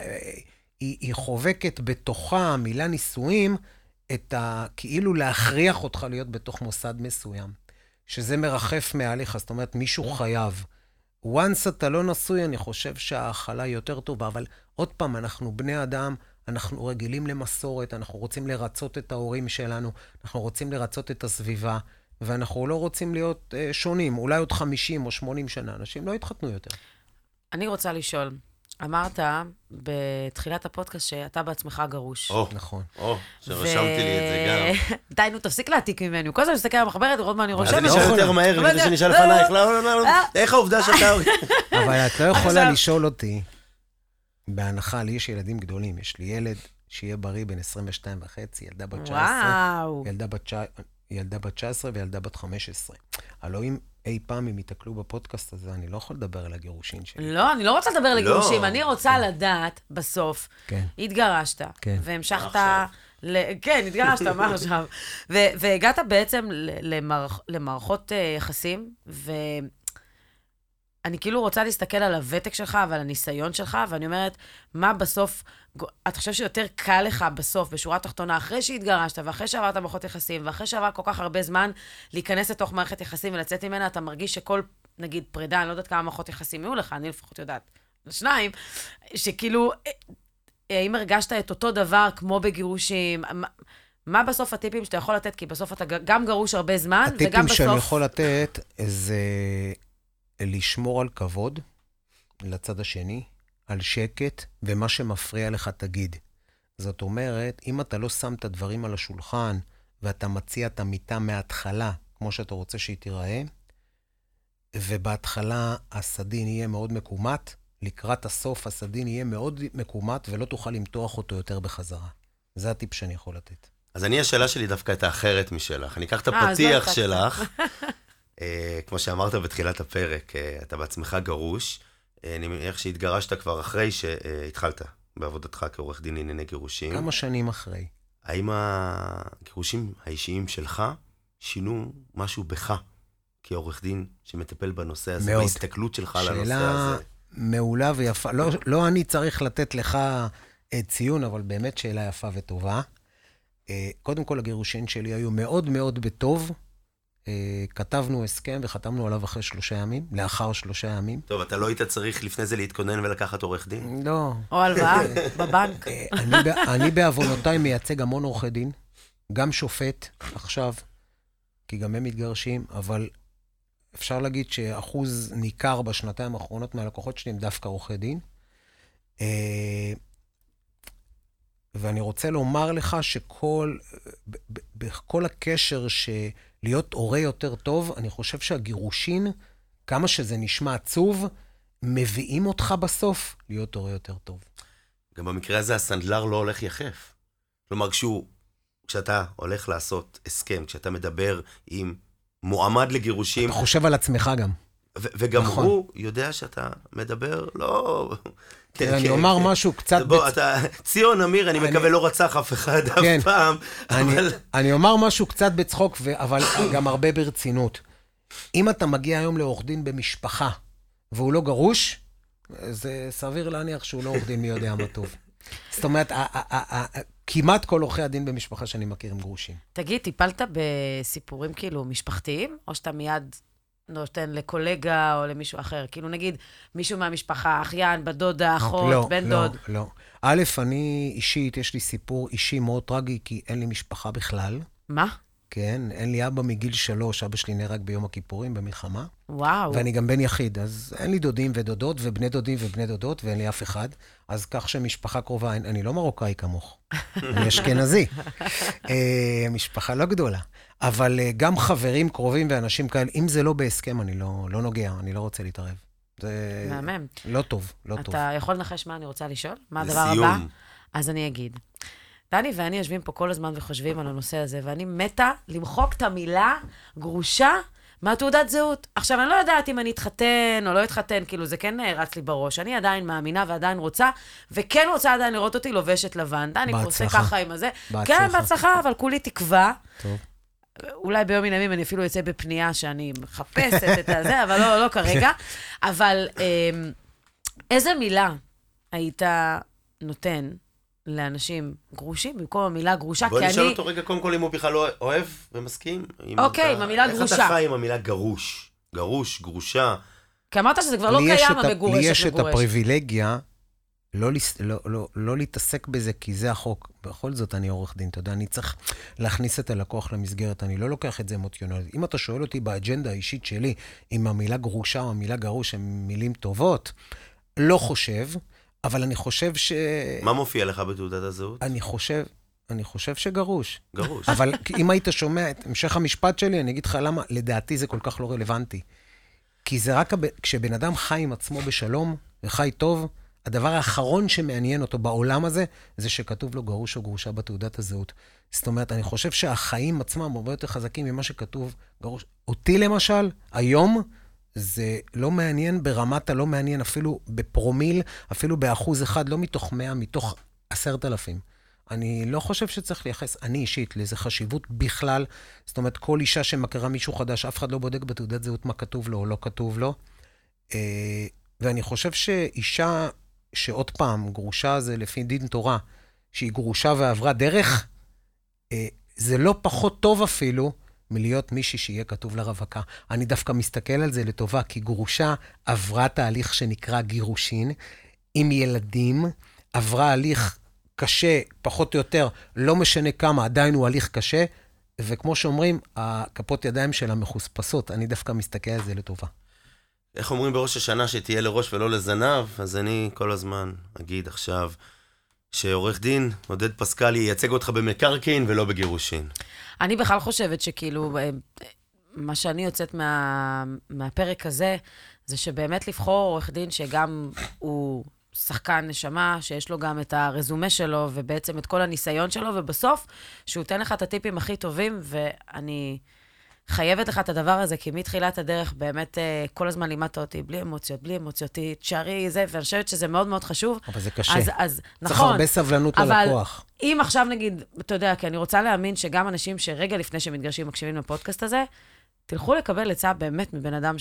היא חובקת בתוכה, המילה נישואים, כאילו להכריח אותך להיות בתוך מוסד מסוים. שזה מרחף מעליך, זאת אומרת, מישהו חייב. once אתה לא נשוי, אני חושב שההאכלה יותר טובה, אבל עוד פעם, אנחנו בני אדם, אנחנו רגילים למסורת, אנחנו רוצים לרצות את ההורים שלנו, אנחנו רוצים לרצות את הסביבה, ואנחנו לא רוצים להיות שונים, אולי עוד 50 או 80 שנה, אנשים לא יתחתנו יותר. אני רוצה לשאול, אמרת בתחילת הפודקאסט שאתה בעצמך גרוש. נכון. שרשמתי לי את זה גם. די, נו, תפסיק להעתיק ממנו. כל זה מסתכל על המחברת, לראות מה אני רושמת. אז אני אשאל יותר מהר, כדי שאני אשאל לפנייך. לא, איך העובדה שאתה... אבל את לא יכולה לשאול אותי, בהנחה, לי יש ילדים גדולים, יש לי ילד שיהיה בריא בין 22 וחצי, ילדה בת 19, ילדה בת 19 וילדה בת 15. הלוא אם אי פעם הם יתקלו בפודקאסט הזה, אני לא יכול לדבר על הגירושין שלי. לא, אני לא רוצה לדבר על הגירושים, אני רוצה לדעת בסוף, התגרשת, והמשכת, כן, התגרשת, מה עכשיו? והגעת בעצם למערכות יחסים, אני כאילו רוצה להסתכל על הוותק שלך ועל הניסיון שלך, ואני אומרת, מה בסוף, אתה חושב שיותר קל לך בסוף, בשורה התחתונה, אחרי שהתגרשת, ואחרי שעברת מערכות יחסים, ואחרי שעבר כל כך הרבה זמן, להיכנס לתוך מערכת יחסים ולצאת ממנה, אתה מרגיש שכל, נגיד, פרידה, אני לא יודעת כמה מערכות יחסים יהיו לך, אני לפחות יודעת, 2, שכאילו, האם הרגשת את אותו דבר כמו בגירושים, מה בסוף הטיפים שאתה יכול לתת? כי בסוף אתה גם גרוש הרבה זמן, וגם בסוף... הטיפים שאני יכול לתת זה לשמור על כבוד לצד השני, על שקט, ומה שמפריע לך תגיד. זאת אומרת, אם אתה לא שם את הדברים על השולחן, ואתה מציע את המיטה מההתחלה, כמו שאתה רוצה שהיא תיראה, ובהתחלה הסדין יהיה מאוד מקומט, לקראת הסוף הסדין יהיה מאוד מקומט, ולא תוכל למתוח אותו יותר בחזרה. זה הטיפ שאני יכול לתת. אז השאלה שלי דווקא הייתה אחרת משלך. אני אקח את הפתיח שלך, כמו שאמרת בתחילת הפרק, אתה בעצמך גרוש, אני מניח שהתגרשת כבר אחרי שהתחלת בעבודתך כעורך דין לענייני גירושים. כמה שנים אחרי. האם הגירושים האישיים שלך שינו משהו בך, כעורך דין שמטפל בנושא הזה, מאוד. בהסתכלות שלך על הנושא הזה? שאלה מעולה ויפה. לא אני צריך לתת לך ציון, אבל באמת שאלה יפה וטובה. קודם כל, הגירושין שלי היו מאוד מאוד בטוב. כתבנו הסכם וחתמנו עליו אחרי 3 ימים, לאחר 3 ימים. טוב, אתה לא היית צריך לפני זה להתכונן ולקחת עורך דין? לא. או הלוואה בבנק. אני בעוונותיי מייצג המון עורכי דין, גם שופט עכשיו, כי גם הם מתגרשים, אבל אפשר להגיד שאחוז ניכר בשנתיים האחרונות מהלקוחות שלי הם דווקא עורכי דין. ואני רוצה לומר לך בכל הקשר להיות הורה יותר טוב, אני חושב שהגירושין, כמה שזה נשמע עצוב, מביאים אותך בסוף להיות הורה יותר טוב. גם במקרה הזה הסנדלר לא הולך יחף. כלומר, כשאתה הולך לעשות הסכם, כשאתה מדבר עם מועמד לגירושים... אתה חושב על עצמך גם. וגם נכון. הוא יודע שאתה מדבר, לא... כן, אני אומר משהו קצת... בוא, ציון אמיר, אני מקווה לא רצח אף אחד אף פעם, אבל... אני אומר משהו קצת בצחוק, אבל גם הרבה ברצינות. אם אתה מגיע היום לעורך דין במשפחה, והוא לא גרוש, זה סביר להניח שהוא לא עורך דין מי יודע מה טוב. זאת אומרת, כמעט כל עורכי הדין במשפחה שאני מכיר הם גרושים. תגיד, טיפלת בסיפורים כאילו משפחתיים, או שאתה מיד... נותן לקולגה או למישהו אחר. כאילו נגיד, מישהו מהמשפחה, אחיין, בדודה, אחות, בן דוד. לא. א', אני אישית, יש לי סיפור אישי מאוד טרגי, כי אין לי משפחה בכלל. מה? כן, אין לי אבא מגיל 3, אבא שלי נהרג ביום הכיפורים במלחמה. וואו. ואני גם בן יחיד, אז אין לי דודים ודודות, ובני דודים ובני דודות, ואין לי אף אחד. אז כך שמשפחה קרובה, אני לא מרוקאי כמוך. אני אשכנזי. משפחה לא גדולה. אבל גם חברים קרובים ואנשים כאלה, אם זה לא בהסכם, אני לא נוגע, אני לא רוצה להתערב. זה מהמם. לא טוב, לא טוב. אתה יכול לנחש מה אני רוצה לשאול? מה הדבר הבא? אז אני אגיד. דני ואני יושבים פה כל הזמן וחושבים על הנושא הזה, ואני מתה למחוק את המילה גרושה מהתעודת זהות. עכשיו, אני לא יודעת אם אני אתחתן או לא אתחתן, כאילו זה כן רץ לי בראש. אני עדיין מאמינה ועדיין רוצה, וכן רוצה עדיין לראות אותי לובשת לבן. דני עושה ככה עם הזה. כן, בהצלחה, אבל כולי תקווה. טוב. אולי ביום מן הימים אני אפילו יוצא בפנייה שאני מחפשת את זה, אבל לא כרגע. אבל איזה מילה היית נותן לאנשים גרושים, במקום המילה גרושה, בוא נשאל אותו רגע קודם כל אם הוא בכלל לא אוהב ומסכים. אוקיי, עם המילה גרושה. איך אתה חי עם המילה גרוש? גרוש, גרושה. כי אמרת שזה כבר לא קיים המגורשת. לי יש את הפריבילגיה לא להתעסק בזה, כי זה החוק. בכל זאת אני עורך דין, אתה יודע, אני צריך להכניס את הלקוח למסגרת, אני לא לוקח את זה אמוציונלית. אם אתה שואל אותי באג'נדה האישית שלי, אם המילה גרושה או המילה גרוש הן מילים טובות, לא חושב, אבל אני חושב מה מופיע לך בתעודת הזהות? אני חושב שגרוש. גרוש. אבל אם היית שומע את המשך המשפט שלי, אני אגיד לך למה, לדעתי זה כל כך לא רלוונטי. כי זה רק כשבן אדם חי עם עצמו בשלום, וחי טוב, הדבר האחרון שמעניין אותו בעולם הזה, זה שכתוב לו גרוש או גרושה בתעודת הזהות. זאת אומרת, אני חושב שהחיים עצמם הרבה יותר חזקים ממה שכתוב גרוש. אותי למשל, היום, זה לא מעניין ברמת הלא מעניין, אפילו בפרומיל, אפילו ב1%, לא מתוך 100, מתוך 10,000. אני לא חושב שצריך לייחס, אני אישית, לאיזו חשיבות בכלל. זאת אומרת, כל אישה שמכירה מישהו חדש, אף אחד לא בודק בתעודת זהות מה כתוב לו או לא כתוב לו. ואני חושב שאישה שעוד פעם, גרושה זה לפי דין תורה, שהיא גרושה ועברה דרך, זה לא פחות טוב אפילו מלהיות מישהי שיהיה כתוב לרווקה. אני דווקא מסתכל על זה לטובה, כי גרושה עברה תהליך שנקרא גירושין, עם ילדים, עברה הליך קשה, פחות או יותר, לא משנה כמה, עדיין הוא הליך קשה, וכמו שאומרים, הכפות ידיים שלה מחוספסות. אני דווקא מסתכל על זה לטובה. איך אומרים בראש השנה שתהיה לראש ולא לזנב? אז אני כל הזמן אגיד עכשיו שעורך דין, עודד פסקלי, ייצג אותך במקרקעין ולא בגירושין. אני בכלל חושבת שכאילו, מה שאני יוצאת מהפרק הזה, זה שבאמת לבחור עורך דין שגם הוא שחקן נשמה, שיש לו גם את הרזומה שלו, ובעצם את כל הניסיון שלו, ובסוף, שהוא ייתן לך את הטיפים הכי טובים, ואני חייבת לך את הדבר הזה, כי מתחילת הדרך באמת כל הזמן לימדת אותי, בלי אמוציות, תשארי זה, ואני חושבת שזה מאוד מאוד חשוב. אבל זה קשה. אז צריך נכון. הרבה סבלנות ללקוח. אבל אם עכשיו נגיד, אתה יודע, כי אני רוצה להאמין שגם אנשים שרגע לפני שמתגרשים מקשיבים לפודקאסט הזה, תלכו לקבל עצה באמת מבן אדם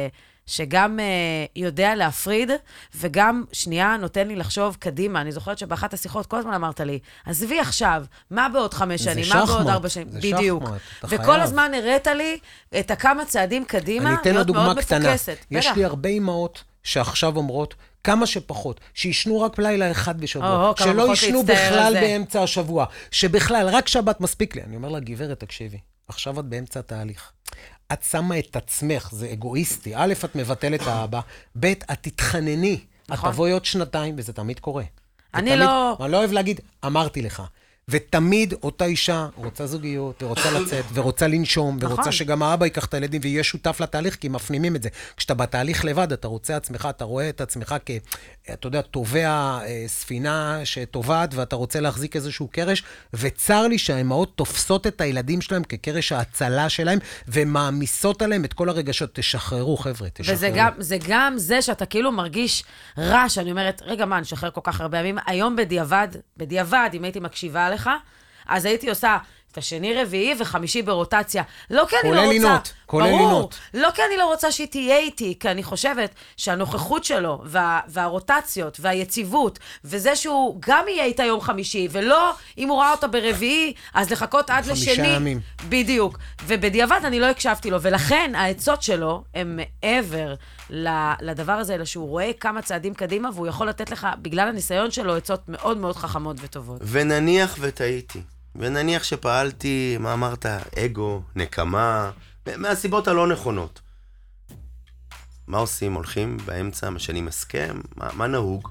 שגם יודע להפריד, וגם שנייה נותן לי לחשוב קדימה. אני זוכרת שבאחת השיחות כל הזמן אמרת לי, עזבי עכשיו, מה בעוד 5 שנים, מה בעוד 4 שנים? בדיוק. וכל הזמן הראת לי את הכמה צעדים קדימה, אני אתן לה דוגמה קטנה. יש בטח. לי הרבה אמהות שעכשיו אומרות, כמה שפחות, שישנו רק לילה אחד בשבוע, שלא ישנו בכלל באמצע השבוע, שבכלל רק שבת מספיק לי. אני אומר לה, גברת, תקשיבי, עכשיו את באמצע התהליך. את שמה את עצמך, זה אגואיסטי. א', את מבטלת את האבא, ב', את תתחנני. נכון. את תבואי עוד 2, וזה תמיד קורה. אני לא... אני לא אוהב להגיד, אמרתי לך. ותמיד אותה אישה רוצה זוגיות, ורוצה לצאת, ורוצה לנשום, ורוצה נכון. שגם האבא ייקח את הילדים, ויהיה שותף לתהליך, כי מפנימים את זה. כשאתה בתהליך לבד, אתה רוצה עצמך, אתה רואה את עצמך אתה יודע, תובע ספינה שטובעת, ואתה רוצה להחזיק איזשהו קרש, וצר לי שהאימהות תופסות את הילדים שלהם כקרש ההצלה שלהם, ומעמיסות עליהם את כל הרגשות. תשחררו, חבר'ה, תשחררו. וזה גם זה שאתה כאילו מרגיש רע, שאני אומרת, רגע, מה, נשחרר כל כך הרבה ימים? היום בדיעבד, אם הייתי מקשיבה לך, אז הייתי עושה את השני, רביעי וחמישי ברוטציה. לא כי אני לא רוצה... לינות, כולל לינות. לא כי אני לא רוצה שהיא תהיה איתי, כי אני חושבת שהנוכחות שלו, והרוטציות, והיציבות, וזה שהוא גם יהיה איתה יום חמישי, ולא אם הוא ראה אותה ברביעי, אז לחכות עד לשני. 5 ימים. בדיוק. ובדיעבד אני לא הקשבתי לו, ולכן העצות שלו הם מעבר לדבר הזה, אלא שהוא רואה כמה צעדים קדימה, והוא יכול לתת לך, בגלל הניסיון שלו, עצות מאוד מאוד חכמות וטובות. ונניח וטעיתי. ונניח שפעלתי, מה אמרת, אגו, נקמה, מהסיבות הלא נכונות. מה עושים? הולכים באמצע, משנים הסכם? מה נהוג?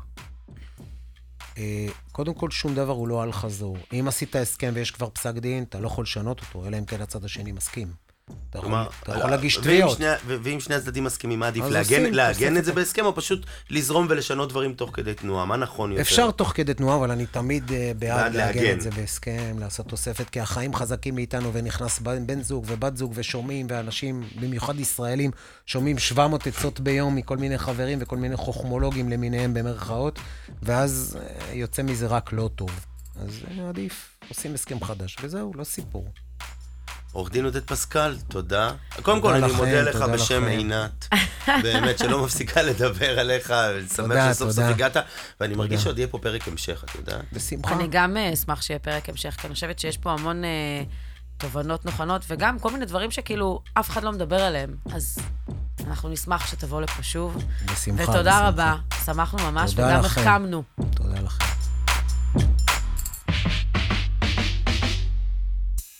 קודם כל, שום דבר הוא לא על חזור. אם עשית הסכם ויש כבר פסק דין, אתה לא יכול לשנות אותו, אלא אם כן הצד השני מסכים. אתה יכול להגיש תביעות. ואם שני הצדדים מסכימים, מה עדיף? אז לעגן את זה בהסכם, או פשוט לזרום ולשנות דברים תוך כדי תנועה? מה נכון יותר? אפשר תוך כדי תנועה, אבל אני תמיד בעד לעגן את זה בהסכם, לעשות תוספת, כי החיים חזקים מאיתנו, ונכנס בן זוג ובת זוג ושומעים, ואנשים, במיוחד ישראלים, שומעים 700 עצות ביום מכל מיני חברים וכל מיני חוכמולוגים למיניהם במרכאות, ואז יוצא מזה רק לא טוב. אז עדיף, עושים הסכם חדש, וזהו, לא סיפור. עורך דין עודד פסקל, תודה. קודם כל, אני מודה לך בשם עינת, באמת, שלא מפסיקה לדבר עליך, ושמח שסוף סוף הגעת, ואני מרגיש שעוד יהיה פה פרק המשך, אתה יודע? בשמחה. אני גם אשמח שיהיה פרק המשך, כי אני חושבת שיש פה המון תובנות נכונות, וגם כל מיני דברים שכאילו אף אחד לא מדבר עליהם, אז אנחנו נשמח שתבוא לפה שוב. בשמחה. ותודה רבה, שמחנו ממש, וגם החכמנו. תודה לכם.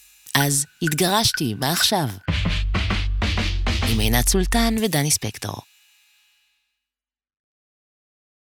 אז התגרשתי, מה עכשיו? עם עינת סולטן ודני ספקטור.